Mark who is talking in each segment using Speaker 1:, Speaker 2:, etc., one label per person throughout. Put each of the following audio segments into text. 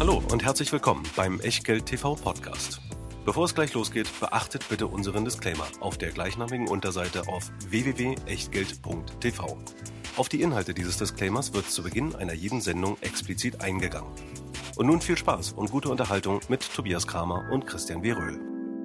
Speaker 1: Hallo und herzlich willkommen beim Echtgeld TV Podcast. Bevor es gleich losgeht, beachtet bitte unseren Disclaimer auf der gleichnamigen Unterseite auf www.echtgeld.tv. Auf die Inhalte dieses Disclaimers wird zu Beginn einer jeden Sendung explizit eingegangen. Und nun viel Spaß und gute Unterhaltung mit Tobias Kramer und Christian W. Röhl.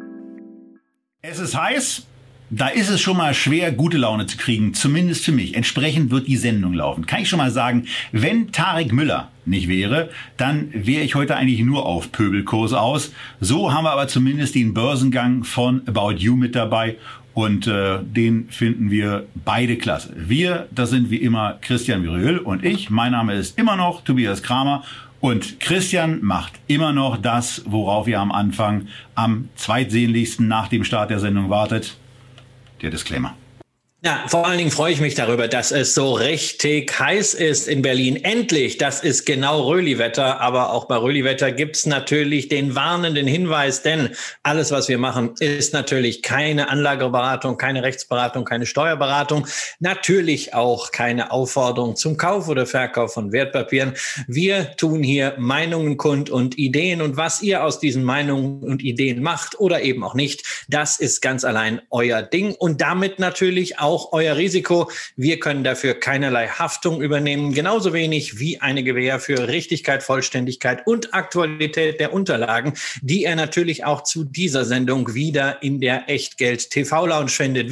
Speaker 2: Es ist heiß. Da ist es schon mal schwer, gute Laune zu kriegen, zumindest für mich. Entsprechend wird die Sendung laufen. Kann ich schon mal sagen, wenn Tarek Müller nicht wäre, dann wäre ich heute eigentlich nur auf Pöbelkurs aus. So haben wir aber zumindest den Börsengang von About You mit dabei und den finden wir beide klasse. Wir, das sind wie immer Christian Röhl und ich. Mein Name ist immer noch Tobias Kramer. Und Christian macht immer noch das, worauf ihr am Anfang am zweitsehnlichsten nach dem Start der Sendung wartet. Der Disclaimer.
Speaker 3: Ja, vor allen Dingen freue ich mich darüber, dass es so richtig heiß ist in Berlin. Endlich, das ist genau Röhli-Wetter, aber auch bei Röhli-Wetter gibt's natürlich den warnenden Hinweis, denn alles, was wir machen, ist natürlich keine Anlageberatung, keine Rechtsberatung, keine Steuerberatung, natürlich auch keine Aufforderung zum Kauf oder Verkauf von Wertpapieren. Wir tun hier Meinungen kund und Ideen und was ihr aus diesen Meinungen und Ideen macht oder eben auch nicht, das ist ganz allein euer Ding und damit natürlich auch euer Risiko. Wir können dafür keinerlei Haftung übernehmen, genauso wenig wie eine Gewähr für Richtigkeit, Vollständigkeit und Aktualität der Unterlagen, die ihr natürlich auch zu dieser Sendung wieder in der Echtgeld TV Lounge findet.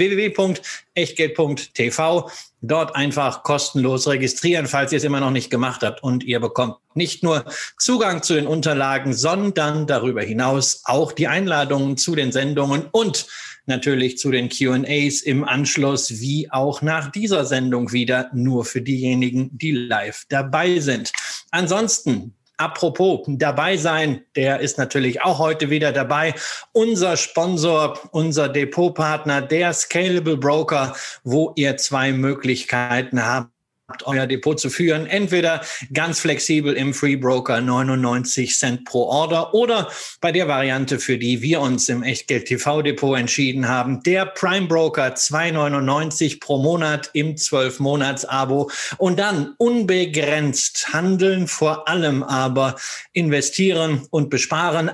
Speaker 3: www.echtgeld.tv. Dort einfach kostenlos registrieren, falls ihr es immer noch nicht gemacht habt. Und ihr bekommt nicht nur Zugang zu den Unterlagen, sondern darüber hinaus auch die Einladungen zu den Sendungen und natürlich zu den Q&As im Anschluss, wie auch nach dieser Sendung wieder, nur für diejenigen, die live dabei sind. Ansonsten, apropos dabei sein, der ist natürlich auch heute wieder dabei. Unser Sponsor, unser Depotpartner, der Scalable Broker, wo ihr zwei Möglichkeiten habt, euer Depot zu führen. Entweder ganz flexibel im Free Broker 99 Cent pro Order oder bei der Variante, für die wir uns im Echtgeld TV Depot entschieden haben, der Prime Broker 2,99 pro Monat im 12-Monats-Abo und dann unbegrenzt handeln, vor allem aber investieren und besparen.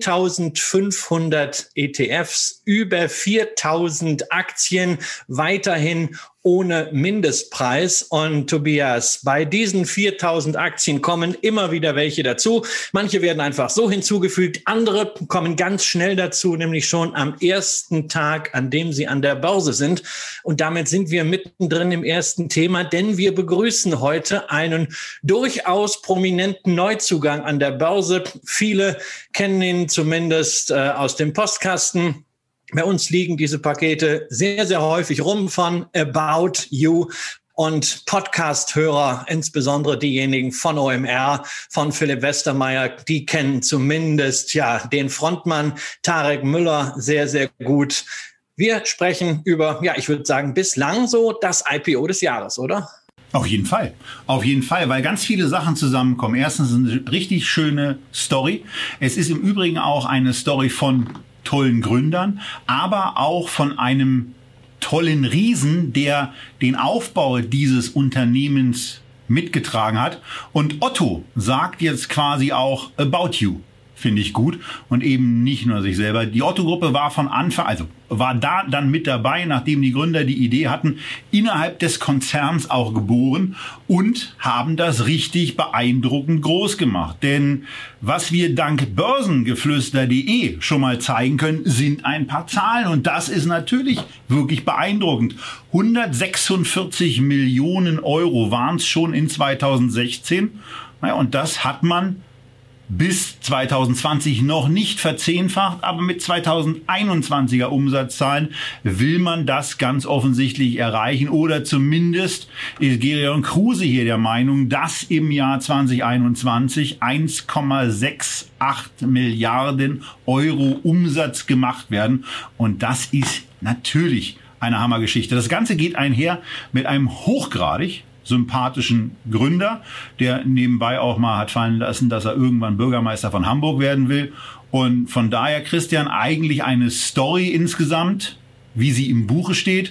Speaker 3: 1500 ETFs, über 4000 Aktien, weiterhin ohne Mindestpreis. Und Tobias, bei diesen 4000 Aktien kommen immer wieder welche dazu. Manche werden einfach so hinzugefügt, andere kommen ganz schnell dazu, nämlich schon am ersten Tag, an dem sie an der Börse sind. Und damit sind wir mittendrin im ersten Thema, denn wir begrüßen heute einen durchaus prominenten Neuzugang an der Börse. Viele kennen ihn zumindest aus dem Postkasten. Bei uns liegen diese Pakete sehr, sehr häufig rum von About You und Podcast-Hörer, insbesondere diejenigen von OMR, von Philipp Westermeier, die kennen zumindest den Frontmann Tarek Müller sehr, sehr gut. Wir sprechen über, ich würde sagen, bislang so das IPO des Jahres, oder?
Speaker 2: Auf jeden Fall, weil ganz viele Sachen zusammenkommen. Erstens eine richtig schöne Story. Es ist im Übrigen auch eine Story von tollen Gründern, aber auch von einem tollen Riesen, der den Aufbau dieses Unternehmens mitgetragen hat. Und Otto sagt jetzt quasi auch About You. Finde ich gut. Und eben nicht nur sich selber. Die Otto-Gruppe war von Anfang, war da dann mit dabei, nachdem die Gründer die Idee hatten, innerhalb des Konzerns auch geboren und haben das richtig beeindruckend groß gemacht. Denn was wir dank börsengeflüster.de schon mal zeigen können, sind ein paar Zahlen. Und das ist natürlich wirklich beeindruckend. 146 Millionen Euro waren es schon in 2016. Und das hat man bis 2020 noch nicht verzehnfacht, aber mit 2021er Umsatzzahlen will man das ganz offensichtlich erreichen oder zumindest ist Gerion Kruse hier der Meinung, dass im Jahr 2021 1,68 Milliarden Euro Umsatz gemacht werden und das ist natürlich eine Hammergeschichte. Das Ganze geht einher mit einem hochgradig sympathischen Gründer, der nebenbei auch mal hat fallen lassen, dass er irgendwann Bürgermeister von Hamburg werden will. Und von daher, Christian, eigentlich eine Story insgesamt, wie sie im Buche steht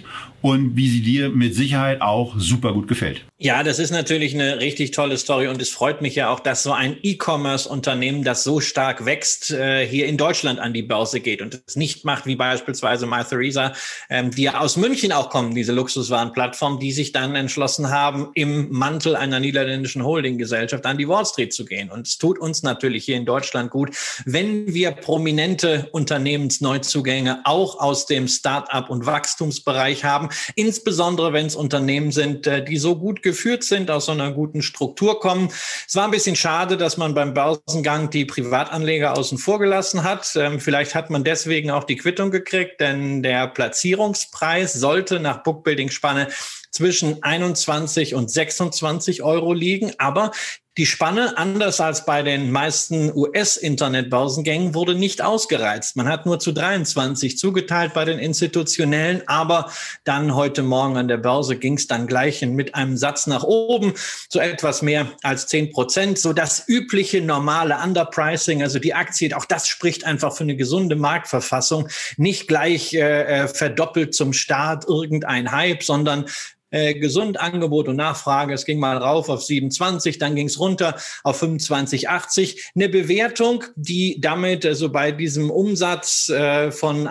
Speaker 2: und wie sie dir mit Sicherheit auch super gut gefällt.
Speaker 3: Ja, das ist natürlich eine richtig tolle Story und es freut mich ja auch, dass so ein E-Commerce-Unternehmen, das so stark wächst, hier in Deutschland an die Börse geht und es nicht macht wie beispielsweise Mytheresa, die ja aus München auch kommen, diese Luxuswarenplattform, die sich dann entschlossen haben, im Mantel einer niederländischen Holdinggesellschaft an die Wall Street zu gehen. Und es tut uns natürlich hier in Deutschland gut, wenn wir prominente Unternehmensneuzugänge auch aus dem Start-up- und Wachstumsbereich haben, insbesondere wenn es Unternehmen sind, die so gut geführt sind, aus so einer guten Struktur kommen. Es war ein bisschen schade, dass man beim Börsengang die Privatanleger außen vor gelassen hat. Vielleicht hat man deswegen auch die Quittung gekriegt, denn der Platzierungspreis sollte nach Bookbuilding-Spanne zwischen 21 und 26 Euro liegen. Aber die Spanne, anders als bei den meisten US-Internetbörsengängen, wurde nicht ausgereizt. Man hat nur zu 23 zugeteilt bei den Institutionellen, aber dann heute Morgen an der Börse ging es dann gleich mit einem Satz nach oben zu etwas mehr als 10%. So das übliche normale Underpricing, also die Aktie, auch das spricht einfach für eine gesunde Marktverfassung. Nicht gleich verdoppelt zum Start irgendein Hype, sondern gesund Angebot und Nachfrage. Es ging mal rauf auf 27, dann ging es runter auf 25,80. Eine Bewertung, die damit also bei diesem Umsatz von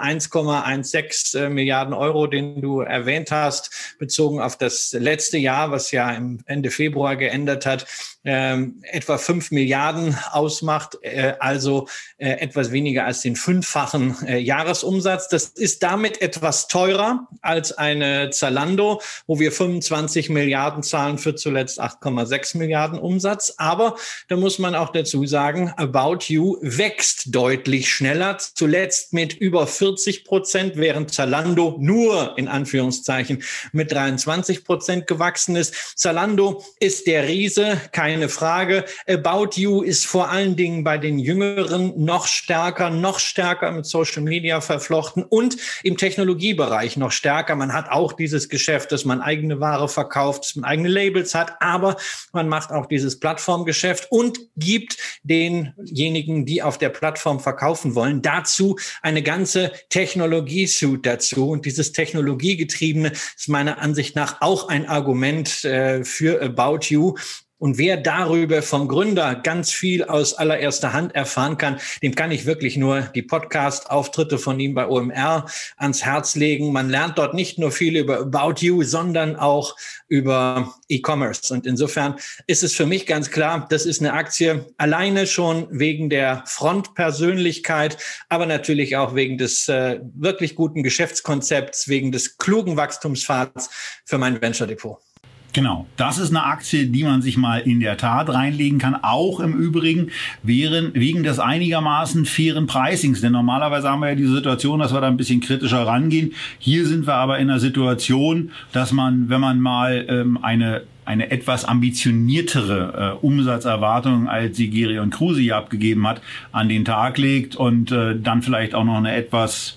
Speaker 3: 1,16 Milliarden Euro, den du erwähnt hast, bezogen auf das letzte Jahr, was ja im Ende Februar geändert hat, etwa 5 Milliarden ausmacht, also etwas weniger als den 5-fachen Jahresumsatz. Das ist damit etwas teurer als eine Zalando, wo wir 25 Milliarden zahlen für zuletzt 8,6 Milliarden Umsatz. Aber da muss man auch dazu sagen, About You wächst deutlich schneller, zuletzt mit über 40%, während Zalando nur in Anführungszeichen mit 23% gewachsen ist. Zalando ist der Riese, keine Frage. About You ist vor allen Dingen bei den Jüngeren noch stärker mit Social Media verflochten und im Technologiebereich noch stärker. Man hat auch dieses Geschäft, dass man eigene Ware verkauft, dass man eigene Labels hat, aber man macht auch dieses Plattformgeschäft und gibt denjenigen, die auf der Plattform verkaufen wollen, dazu eine ganze Technologie-Suite dazu. Und dieses Technologiegetriebene ist meiner Ansicht nach auch ein Argument für About You. Und wer darüber vom Gründer ganz viel aus allererster Hand erfahren kann, dem kann ich wirklich nur die Podcast-Auftritte von ihm bei OMR ans Herz legen. Man lernt dort nicht nur viel über About You, sondern auch über E-Commerce. Und insofern ist es für mich ganz klar, das ist eine Aktie alleine schon wegen der Frontpersönlichkeit, aber natürlich auch wegen des wirklich guten Geschäftskonzepts, wegen des klugen Wachstumspfads für mein Venture-Depot.
Speaker 2: Genau, das ist eine Aktie, die man sich mal in der Tat reinlegen kann, auch im Übrigen wegen des einigermaßen fairen Pricings. Denn normalerweise haben wir ja diese Situation, dass wir da ein bisschen kritischer rangehen. Hier sind wir aber in einer Situation, dass man, wenn man mal eine etwas ambitioniertere Umsatzerwartung, als sie Gereon Kruse hier abgegeben hat, an den Tag legt und dann vielleicht auch noch eine etwas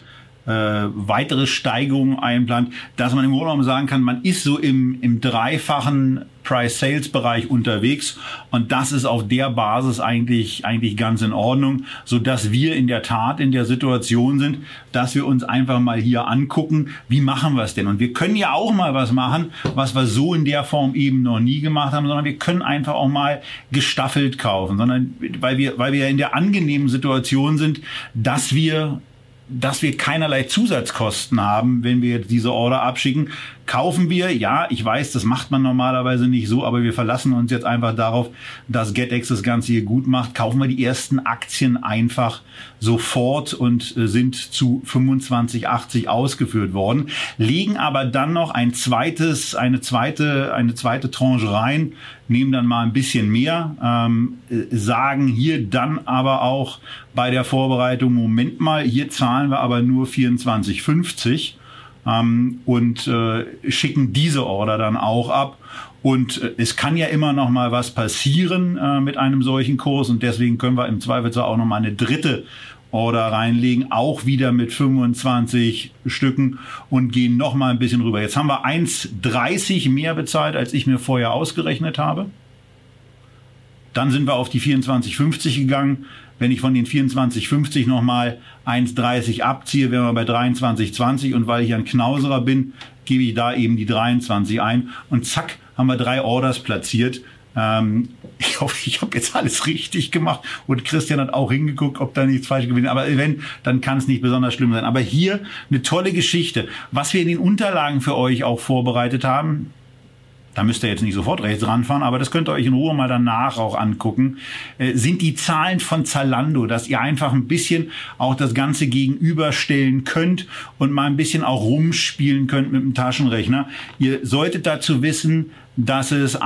Speaker 2: weitere Steigerung einplant, dass man im Grunde genommen sagen kann, man ist so im dreifachen Price-Sales-Bereich unterwegs und das ist auf der Basis eigentlich ganz in Ordnung, so dass wir in der Tat in der Situation sind, dass wir uns einfach mal hier angucken, wie machen wir es denn? Und wir können ja auch mal was machen, was wir so in der Form eben noch nie gemacht haben, sondern wir können einfach auch mal gestaffelt kaufen, sondern weil wir ja in der angenehmen Situation sind, dass wir keinerlei Zusatzkosten haben, wenn wir jetzt diese Order abschicken, kaufen wir, ja, ich weiß, das macht man normalerweise nicht so, aber wir verlassen uns jetzt einfach darauf, dass GetEx das Ganze hier gut macht, kaufen wir die ersten Aktien einfach sofort und sind zu 25,80 ausgeführt worden, legen aber dann noch eine zweite Tranche rein, nehmen dann mal ein bisschen mehr, sagen hier dann aber auch bei der Vorbereitung, Moment mal, hier zahlen wir aber nur 24,50 und schicken diese Order dann auch ab. Und es kann ja immer noch mal was passieren mit einem solchen Kurs und deswegen können wir im Zweifelsfall auch noch mal eine dritte Order reinlegen, auch wieder mit 25 Stücken und gehen noch mal ein bisschen rüber. Jetzt haben wir 1,30 mehr bezahlt, als ich mir vorher ausgerechnet habe. Dann sind wir auf die 24,50 gegangen. Wenn ich von den 24,50 nochmal 1,30 abziehe, wären wir bei 23,20. Und weil ich ein Knauserer bin, gebe ich da eben die 23 ein. Und zack, haben wir 3 Orders platziert. Ich hoffe, ich habe jetzt alles richtig gemacht. Und Christian hat auch hingeguckt, ob da nichts falsch gewesen ist. Aber wenn, dann kann es nicht besonders schlimm sein. Aber hier eine tolle Geschichte. Was wir in den Unterlagen für euch auch vorbereitet haben, da müsst ihr jetzt nicht sofort rechts ranfahren, aber das könnt ihr euch in Ruhe mal danach auch angucken, sind die Zahlen von Zalando, dass ihr einfach ein bisschen auch das Ganze gegenüberstellen könnt und mal ein bisschen auch rumspielen könnt mit dem Taschenrechner. Ihr solltet dazu wissen, dass es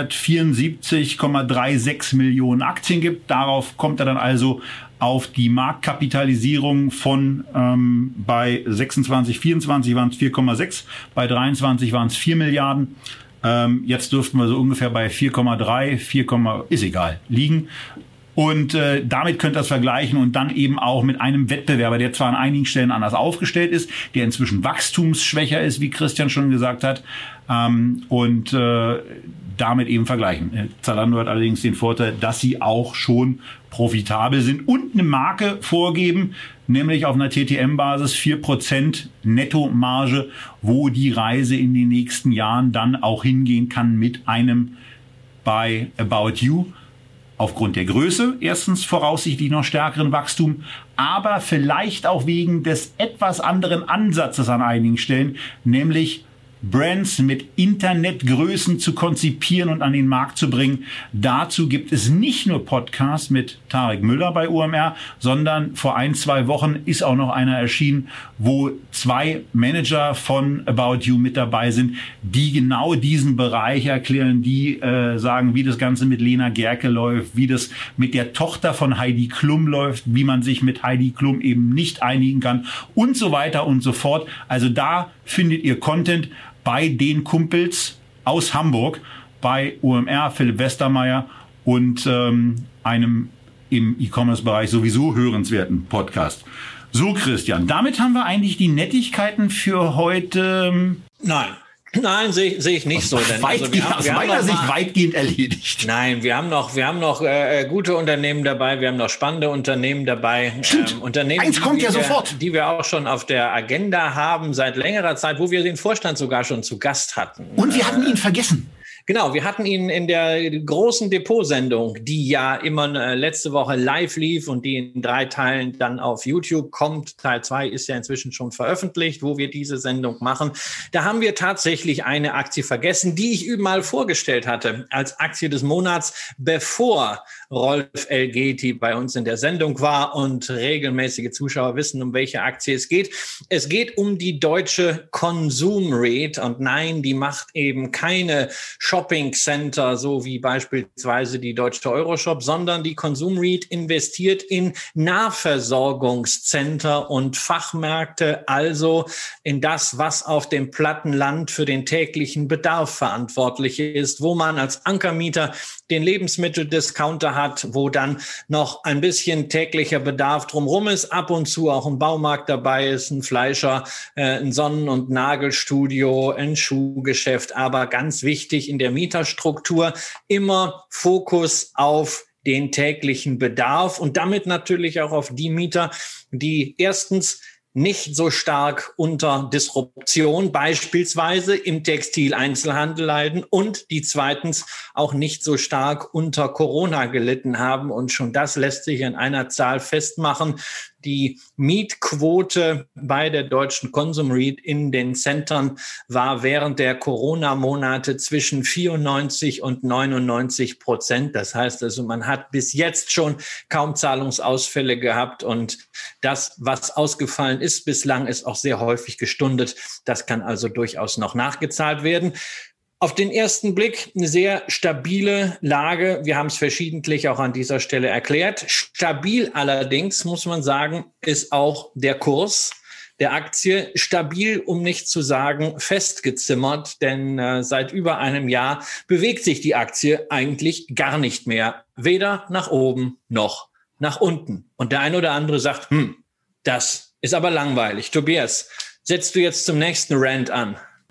Speaker 2: 174,36 Millionen Aktien gibt. Darauf kommt er dann also auf die Marktkapitalisierung von bei 26, 24 waren es 4,6, bei 23 waren es 4 Milliarden. Jetzt dürften wir so ungefähr bei 4,3, 4, ist egal, liegen. Und damit könnt ihr das vergleichen und dann eben auch mit einem Wettbewerber, der zwar an einigen Stellen anders aufgestellt ist, der inzwischen wachstumsschwächer ist, wie Christian schon gesagt hat, und damit eben vergleichen. Zalando hat allerdings den Vorteil, dass sie auch schon profitabel sind und eine Marke vorgeben, nämlich auf einer TTM-Basis 4% Nettomarge, wo die Reise in den nächsten Jahren dann auch hingehen kann mit einem bei About You. Aufgrund der Größe, erstens voraussichtlich noch stärkeren Wachstum, aber vielleicht auch wegen des etwas anderen Ansatzes an einigen Stellen, nämlich Brands mit Internetgrößen zu konzipieren und an den Markt zu bringen. Dazu gibt es nicht nur Podcasts mit Tarek Müller bei OMR, sondern vor 1-2 Wochen ist auch noch einer erschienen, wo 2 Manager von About You mit dabei sind, die genau diesen Bereich erklären, die sagen, wie das Ganze mit Lena Gerke läuft, wie das mit der Tochter von Heidi Klum läuft, wie man sich mit Heidi Klum eben nicht einigen kann und so weiter und so fort. Also da findet ihr Content bei den Kumpels aus Hamburg, bei OMR, Philipp Westermeier und einem im E-Commerce-Bereich sowieso hörenswerten Podcast. So, Christian, damit haben wir eigentlich die Nettigkeiten für heute.
Speaker 3: Nein, sehe ich nicht so. Denn
Speaker 2: aus meiner Sicht weitgehend erledigt.
Speaker 3: Nein, wir haben noch gute Unternehmen dabei, wir haben noch spannende Unternehmen dabei. Unternehmen,
Speaker 2: eins kommt ja sofort.
Speaker 3: Die wir auch schon auf der Agenda haben seit längerer Zeit, wo wir den Vorstand sogar schon zu Gast hatten.
Speaker 2: Und wir hatten ihn vergessen.
Speaker 3: Genau, wir hatten ihn in der großen Depotsendung, die ja immer letzte Woche live lief und die in 3 Teilen dann auf YouTube kommt. Teil 2 ist ja inzwischen schon veröffentlicht, wo wir diese Sendung machen. Da haben wir tatsächlich eine Aktie vergessen, die ich mal vorgestellt hatte als Aktie des Monats, bevor Rolf Elgeti bei uns in der Sendung war, und regelmäßige Zuschauer wissen, um welche Aktie es geht. Es geht um die deutsche Konsumreit, und nein, die macht eben keine Shopping Center, so wie beispielsweise die deutsche Euroshop, sondern die Konsumreit investiert in Nahversorgungscenter und Fachmärkte, also in das, was auf dem platten Land für den täglichen Bedarf verantwortlich ist, wo man als Ankermieter den Lebensmitteldiscounter hat, wo dann noch ein bisschen täglicher Bedarf drumherum ist, ab und zu auch ein Baumarkt dabei ist, ein Fleischer, ein Sonnen- und Nagelstudio, ein Schuhgeschäft, aber ganz wichtig in der Mieterstruktur immer Fokus auf den täglichen Bedarf und damit natürlich auch auf die Mieter, die erstens nicht so stark unter Disruption beispielsweise im Textileinzelhandel leiden und die zweitens auch nicht so stark unter Corona gelitten haben. Und schon das lässt sich in einer Zahl festmachen. Die Mietquote bei der deutschen Konsumreit in den Centern war während der Corona-Monate zwischen 94 und 99%. Das heißt also, man hat bis jetzt schon kaum Zahlungsausfälle gehabt und das, was ausgefallen ist bislang, ist auch sehr häufig gestundet. Das kann also durchaus noch nachgezahlt werden. Auf den ersten Blick eine sehr stabile Lage. Wir haben es verschiedentlich auch an dieser Stelle erklärt. Stabil allerdings, muss man sagen, ist auch der Kurs der Aktie. Stabil, um nicht zu sagen festgezimmert, denn seit über einem Jahr bewegt sich die Aktie eigentlich gar nicht mehr. Weder nach oben noch nach unten. Und der ein oder andere sagt, das ist aber langweilig. Tobias, setzt du jetzt zum nächsten Rant an?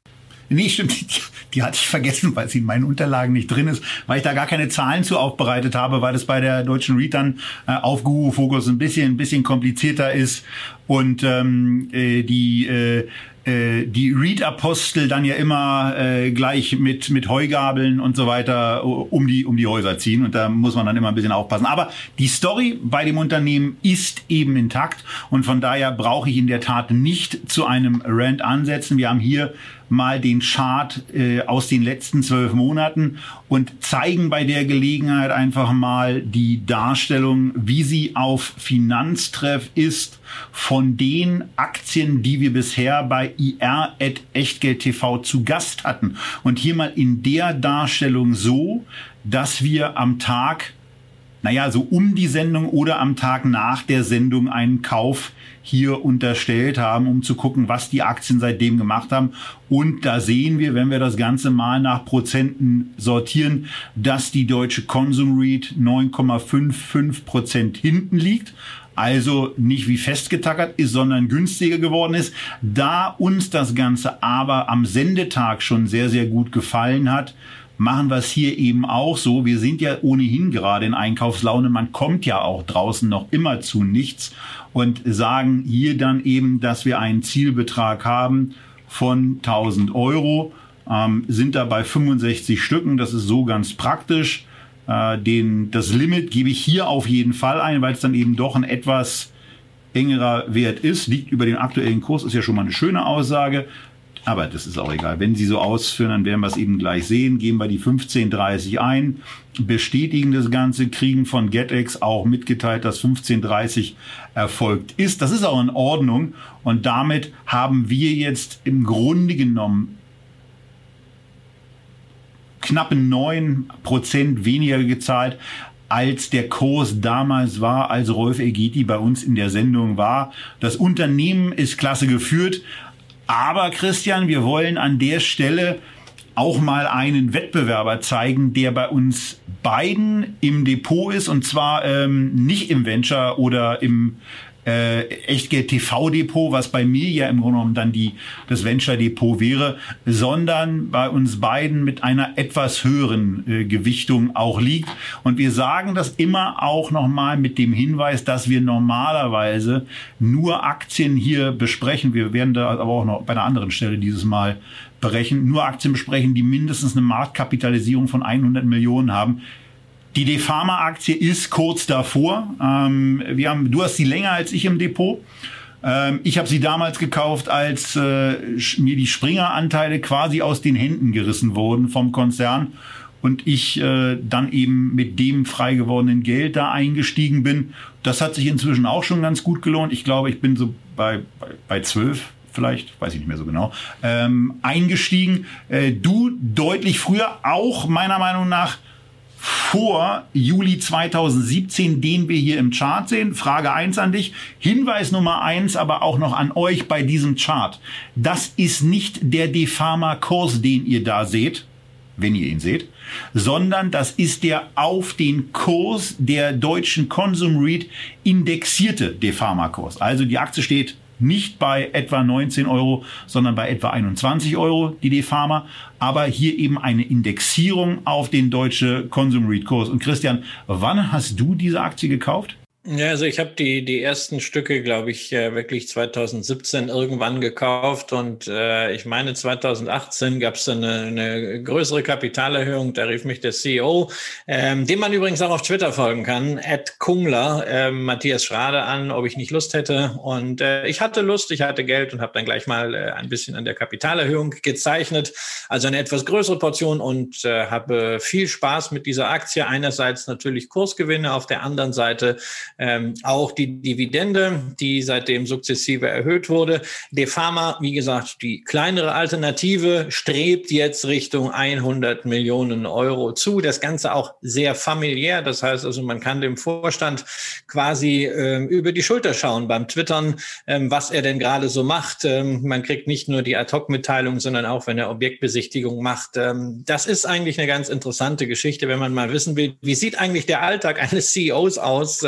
Speaker 2: Nee, stimmt, die hatte ich vergessen, weil sie in meinen Unterlagen nicht drin ist, weil ich da gar keine Zahlen zu aufbereitet habe, weil das bei der Deutschen REIT dann auf Guru Focus ein bisschen komplizierter ist und die REIT-Apostel dann ja immer gleich mit Heugabeln und so weiter um die Häuser ziehen. Und da muss man dann immer ein bisschen aufpassen. Aber die Story bei dem Unternehmen ist eben intakt. Und von daher brauche ich in der Tat nicht zu einem Rant ansetzen. Wir haben hier mal den Chart aus den letzten 12 Monaten und zeigen bei der Gelegenheit einfach mal die Darstellung, wie sie auf Finanztreff ist von den Aktien, die wir bisher bei IR@Echtgeld.TV zu Gast hatten. Und hier mal in der Darstellung so, dass wir am Tag, so um die Sendung oder am Tag nach der Sendung einen Kauf hier unterstellt haben, um zu gucken, was die Aktien seitdem gemacht haben. Und da sehen wir, wenn wir das Ganze mal nach Prozenten sortieren, dass die Deutsche Konsum REIT 9,55% hinten liegt. Also nicht wie festgetackert ist, sondern günstiger geworden ist. Da uns das Ganze aber am Sendetag schon sehr, sehr gut gefallen hat, machen wir es hier eben auch so. Wir sind ja ohnehin gerade in Einkaufslaune. Man kommt ja auch draußen noch immer zu nichts und sagen hier dann eben, dass wir einen Zielbetrag haben von 1.000 Euro, sind da bei 65 Stücken. Das ist so ganz praktisch. Das Limit gebe ich hier auf jeden Fall ein, weil es dann eben doch ein etwas engerer Wert ist. Liegt über den aktuellen Kurs, ist ja schon mal eine schöne Aussage. Aber das ist auch egal. Wenn Sie so ausführen, dann werden wir es eben gleich sehen. Geben wir die 15,30 ein, bestätigen das Ganze, kriegen von GetEx auch mitgeteilt, dass 15,30 erfolgt ist. Das ist auch in Ordnung. Und damit haben wir jetzt im Grunde genommen knappe 9% weniger gezahlt, als der Kurs damals war, als Rolf Elgeti bei uns in der Sendung war. Das Unternehmen ist klasse geführt. Aber Christian, wir wollen an der Stelle auch mal einen Wettbewerber zeigen, der bei uns beiden im Depot ist, und zwar nicht im Venture oder im Echtgeld-TV-Depot, was bei mir ja im Grunde genommen dann das Venture-Depot wäre, sondern bei uns beiden mit einer etwas höheren Gewichtung auch liegt. Und wir sagen das immer auch nochmal mit dem Hinweis, dass wir normalerweise nur Aktien hier besprechen. Wir werden da aber auch noch bei einer anderen Stelle dieses Mal nur Aktien besprechen, die mindestens eine Marktkapitalisierung von 100 Millionen haben. Die DEFAMA-Aktie ist kurz davor. Du hast sie länger als ich im Depot. Ich habe sie damals gekauft, als mir die Springer-Anteile quasi aus den Händen gerissen wurden vom Konzern und ich dann eben mit dem frei gewordenen Geld da eingestiegen bin. Das hat sich inzwischen auch schon ganz gut gelohnt. Ich glaube, ich bin so bei 12. Vielleicht, weiß ich nicht mehr so genau, eingestiegen. Du deutlich früher, auch meiner Meinung nach vor Juli 2017, den wir hier im Chart sehen. Frage 1 an dich. Hinweis Nummer 1 aber auch noch an euch bei diesem Chart. Das ist nicht der DEFAMA-Kurs, den ihr da seht, wenn ihr ihn seht, sondern das ist der auf den Kurs der Deutschen Konsum REIT indexierte DEFAMA-Kurs. Also die Aktie steht nicht bei etwa 19 Euro, sondern bei etwa 21 Euro, die DEFAMA. Aber hier eben eine Indexierung auf den Deutsche Konsum REIT Kurs. Und Christian, wann hast du diese Aktie gekauft?
Speaker 3: Ja, also ich habe die ersten Stücke, glaube ich, wirklich 2017 irgendwann gekauft und ich meine 2018 gab es dann eine größere Kapitalerhöhung. Da rief mich der CEO, dem man übrigens auch auf Twitter folgen kann, @Kungler, Matthias Schrade an, ob ich nicht Lust hätte. Und ich hatte Lust, ich hatte Geld und habe dann gleich mal ein bisschen an der Kapitalerhöhung gezeichnet. Also eine etwas größere Portion und habe viel Spaß mit dieser Aktie. Einerseits natürlich Kursgewinne, auf der anderen Seite auch die Dividende, die seitdem sukzessive erhöht wurde. DEFAMA, wie gesagt, die kleinere Alternative, strebt jetzt Richtung 100 Millionen Euro zu. Das Ganze auch sehr familiär. Das heißt also, man kann dem Vorstand quasi über die Schulter schauen beim Twittern, was er denn gerade so macht. Man kriegt nicht nur die Ad-Hoc-Mitteilung, sondern auch, wenn er Objektbesichtigung macht. Das ist eigentlich eine ganz interessante Geschichte, wenn man mal wissen will, wie sieht eigentlich der Alltag eines CEOs aus,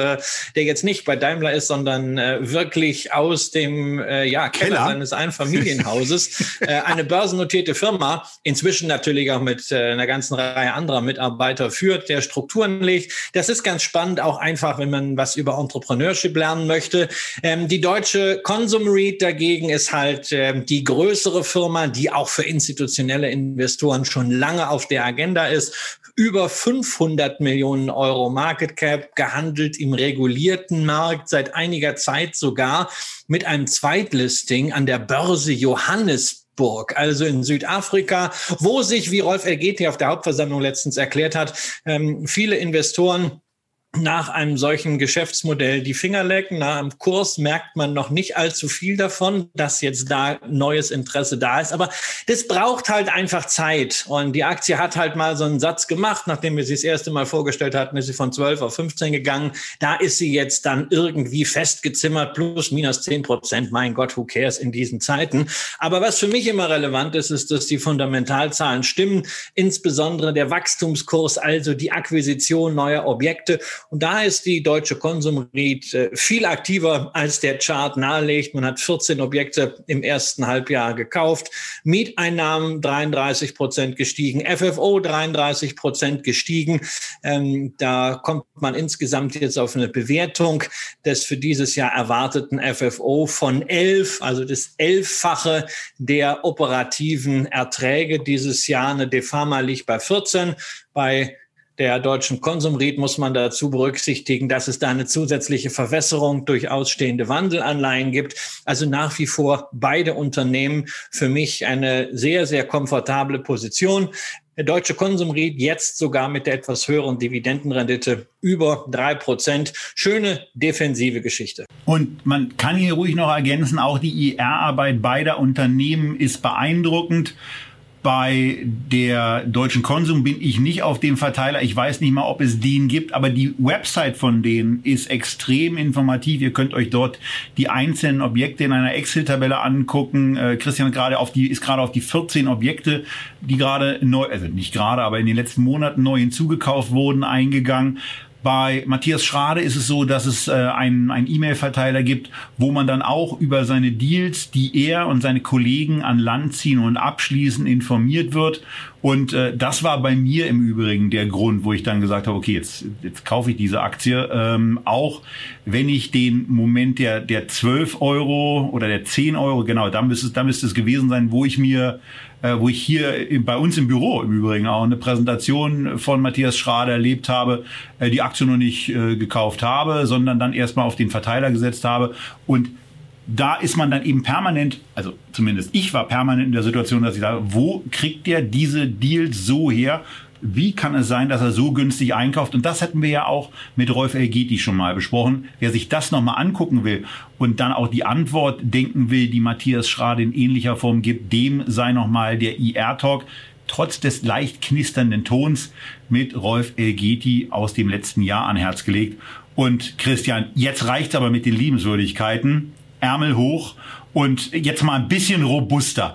Speaker 3: der jetzt nicht bei Daimler ist, sondern wirklich aus dem Keller seines Einfamilienhauses, eine börsennotierte Firma, inzwischen natürlich auch mit einer ganzen Reihe anderer Mitarbeiter führt, der Strukturen legt. Das ist ganz spannend, auch einfach, wenn man was über Entrepreneurship lernen möchte. Die deutsche Consum REIT dagegen ist halt die größere Firma, die auch für institutionelle Investoren schon lange auf der Agenda ist. Über 500 Millionen Euro Market Cap, gehandelt im regulierten Markt, seit einiger Zeit sogar mit einem Zweitlisting an der Börse Johannesburg, also in Südafrika, wo sich, wie Rolf Elgeti auf der Hauptversammlung letztens erklärt hat, viele Investoren nach einem solchen Geschäftsmodell die Finger lecken. Nach einem Kurs merkt man noch nicht allzu viel davon, dass jetzt da neues Interesse da ist. Aber das braucht halt einfach Zeit. Und die Aktie hat halt mal so einen Satz gemacht, nachdem wir sie das erste Mal vorgestellt hatten, ist sie von 12 auf 15 gegangen. Da ist sie jetzt dann irgendwie festgezimmert, plus minus 10%. Mein Gott, who cares in diesen Zeiten? Aber was für mich immer relevant ist, ist, dass die Fundamentalzahlen stimmen. Insbesondere der Wachstumskurs, also die Akquisition neuer Objekte. Und da ist die deutsche Consum REIT viel aktiver, als der Chart nahelegt. Man hat 14 Objekte im ersten Halbjahr gekauft, Mieteinnahmen 33% gestiegen, FFO 33% gestiegen. Da kommt man insgesamt jetzt auf eine Bewertung des für dieses Jahr erwarteten FFO von 11, also das 11-fache der operativen Erträge dieses Jahr. Eine Defama liegt bei 14, bei der deutschen Consum REIT muss man dazu berücksichtigen, dass es da eine zusätzliche Verwässerung durch ausstehende Wandelanleihen gibt. Also nach wie vor beide Unternehmen für mich eine sehr, sehr komfortable Position. Der deutsche Consum REIT jetzt sogar mit der etwas höheren Dividendenrendite über 3%. Schöne defensive Geschichte.
Speaker 2: Und man kann hier ruhig noch ergänzen, auch die IR-Arbeit beider Unternehmen ist beeindruckend. Bei der deutschen Consum bin ich nicht auf dem Verteiler. Ich weiß nicht mal, ob es den gibt, aber die Website von denen ist extrem informativ. Ihr könnt euch dort die einzelnen Objekte in einer Excel-Tabelle angucken. Christian ist gerade auf die 14 Objekte, die gerade neu, also nicht gerade, aber in den letzten Monaten neu hinzugekauft wurden, eingegangen. Bei Matthias Schrade ist es so, dass es einen E-Mail-Verteiler gibt, wo man dann auch über seine Deals, die er und seine Kollegen an Land ziehen und abschließen, informiert wird. Und das war bei mir im Übrigen der Grund, wo ich dann gesagt habe, okay, jetzt kaufe ich diese Aktie. Auch wenn ich den Moment der 12 Euro oder der 10 Euro, genau, da müsste es gewesen sein, wo ich hier bei uns im Büro im Übrigen auch eine Präsentation von Matthias Schrade erlebt habe, die Aktie noch nicht gekauft habe, sondern dann erstmal auf den Verteiler gesetzt habe. Und da ist man dann eben permanent, also zumindest ich war permanent in der Situation, dass ich sage, wo kriegt der diese Deals so her? Wie kann es sein, dass er so günstig einkauft? Und das hatten wir ja auch mit Rolf Elgeti schon mal besprochen. Wer sich das nochmal angucken will und dann auch die Antwort denken will, die Matthias Schrade in ähnlicher Form gibt, dem sei nochmal der IR-Talk trotz des leicht knisternden Tons mit Rolf Elgeti aus dem letzten Jahr an Herz gelegt. Und Christian, jetzt reicht's aber mit den Liebenswürdigkeiten. Ärmel hoch und jetzt mal ein bisschen robuster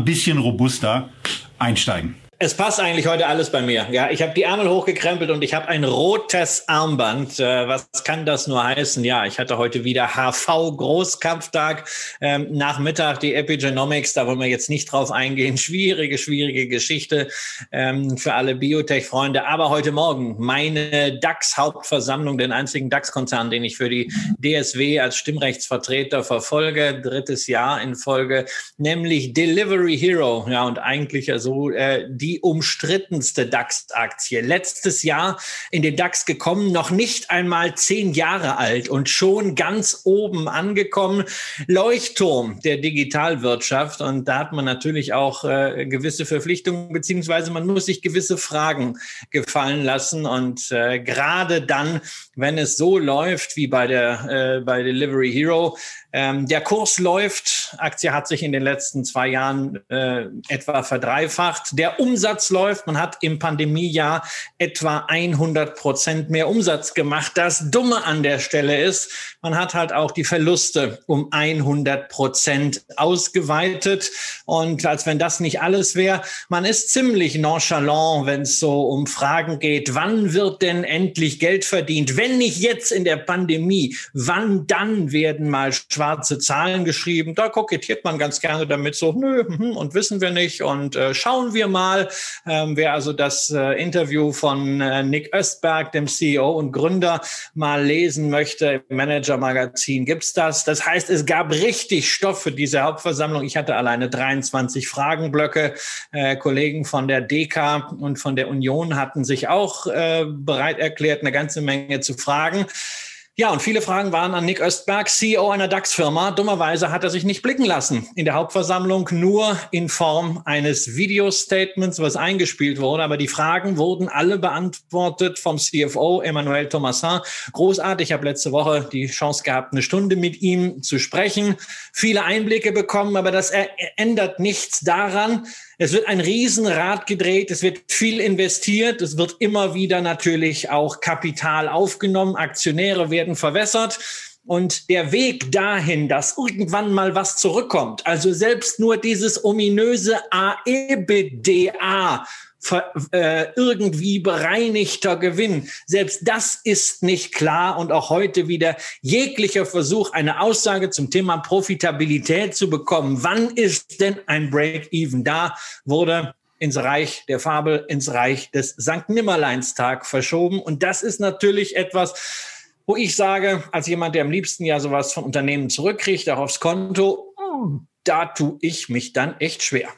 Speaker 2: einsteigen.
Speaker 3: Es passt eigentlich heute alles bei mir. Ja, ich habe die Ärmel hochgekrempelt und ich habe ein rotes Armband. Was kann das nur heißen? Ja, ich hatte heute wieder HV-Großkampftag. Nachmittag die Epigenomics, da wollen wir jetzt nicht drauf eingehen. Schwierige Geschichte für alle Biotech-Freunde. Aber heute Morgen meine DAX-Hauptversammlung, den einzigen DAX-Konzern, den ich für die DSW als Stimmrechtsvertreter verfolge. 3. Jahr in Folge, nämlich Delivery Hero. Ja, und eigentlich ja so die umstrittenste DAX-Aktie. Letztes Jahr in den DAX gekommen, noch nicht einmal 10 Jahre alt und schon ganz oben angekommen. Leuchtturm der Digitalwirtschaft. Und da hat man natürlich auch gewisse Verpflichtungen, beziehungsweise man muss sich gewisse Fragen gefallen lassen. Und gerade dann, wenn es so läuft wie bei Delivery Hero, der Kurs läuft, Aktie hat sich in den letzten 2 Jahren etwa verdreifacht. Der Umsatz Umsatz läuft. Man hat im Pandemiejahr etwa 100% mehr Umsatz gemacht. Das Dumme an der Stelle ist, man hat halt auch die Verluste um 100% ausgeweitet. Und als wenn das nicht alles wäre, man ist ziemlich nonchalant, wenn es so um Fragen geht, wann wird denn endlich Geld verdient? Wenn nicht jetzt in der Pandemie, wann dann werden mal schwarze Zahlen geschrieben? Da kokettiert man ganz gerne damit so, nö, und wissen wir nicht und schauen wir mal. Wer also das Interview von Nick Östberg, dem CEO und Gründer, mal lesen möchte, im Manager-Magazin gibt's das. Das heißt, es gab richtig Stoff für diese Hauptversammlung. Ich hatte alleine 23 Fragenblöcke. Kollegen von der DK und von der Union hatten sich auch bereit erklärt, eine ganze Menge zu fragen. Ja, und viele Fragen waren an Nick Östberg, CEO einer DAX-Firma. Dummerweise hat er sich nicht blicken lassen in der Hauptversammlung, nur in Form eines Video-Statements, was eingespielt wurde. Aber die Fragen wurden alle beantwortet vom CFO Emmanuel Thomassin. Großartig, ich habe letzte Woche die Chance gehabt, eine Stunde mit ihm zu sprechen, viele Einblicke bekommen, aber das ändert nichts daran. Es wird ein Riesenrad gedreht, es wird viel investiert, es wird immer wieder natürlich auch Kapital aufgenommen, Aktionäre werden verwässert und der Weg dahin, dass irgendwann mal was zurückkommt, also selbst nur dieses ominöse EBITDA, irgendwie bereinigter Gewinn. Selbst das ist nicht klar und auch heute wieder jeglicher Versuch, eine Aussage zum Thema Profitabilität zu bekommen. Wann ist denn ein Break-Even da? Wurde ins Reich der Fabel, ins Reich des Sankt Nimmerleinstag verschoben. Und das ist natürlich etwas, wo ich sage, als jemand, der am liebsten ja sowas von Unternehmen zurückkriegt, auch aufs Konto, da tue ich mich dann echt schwer.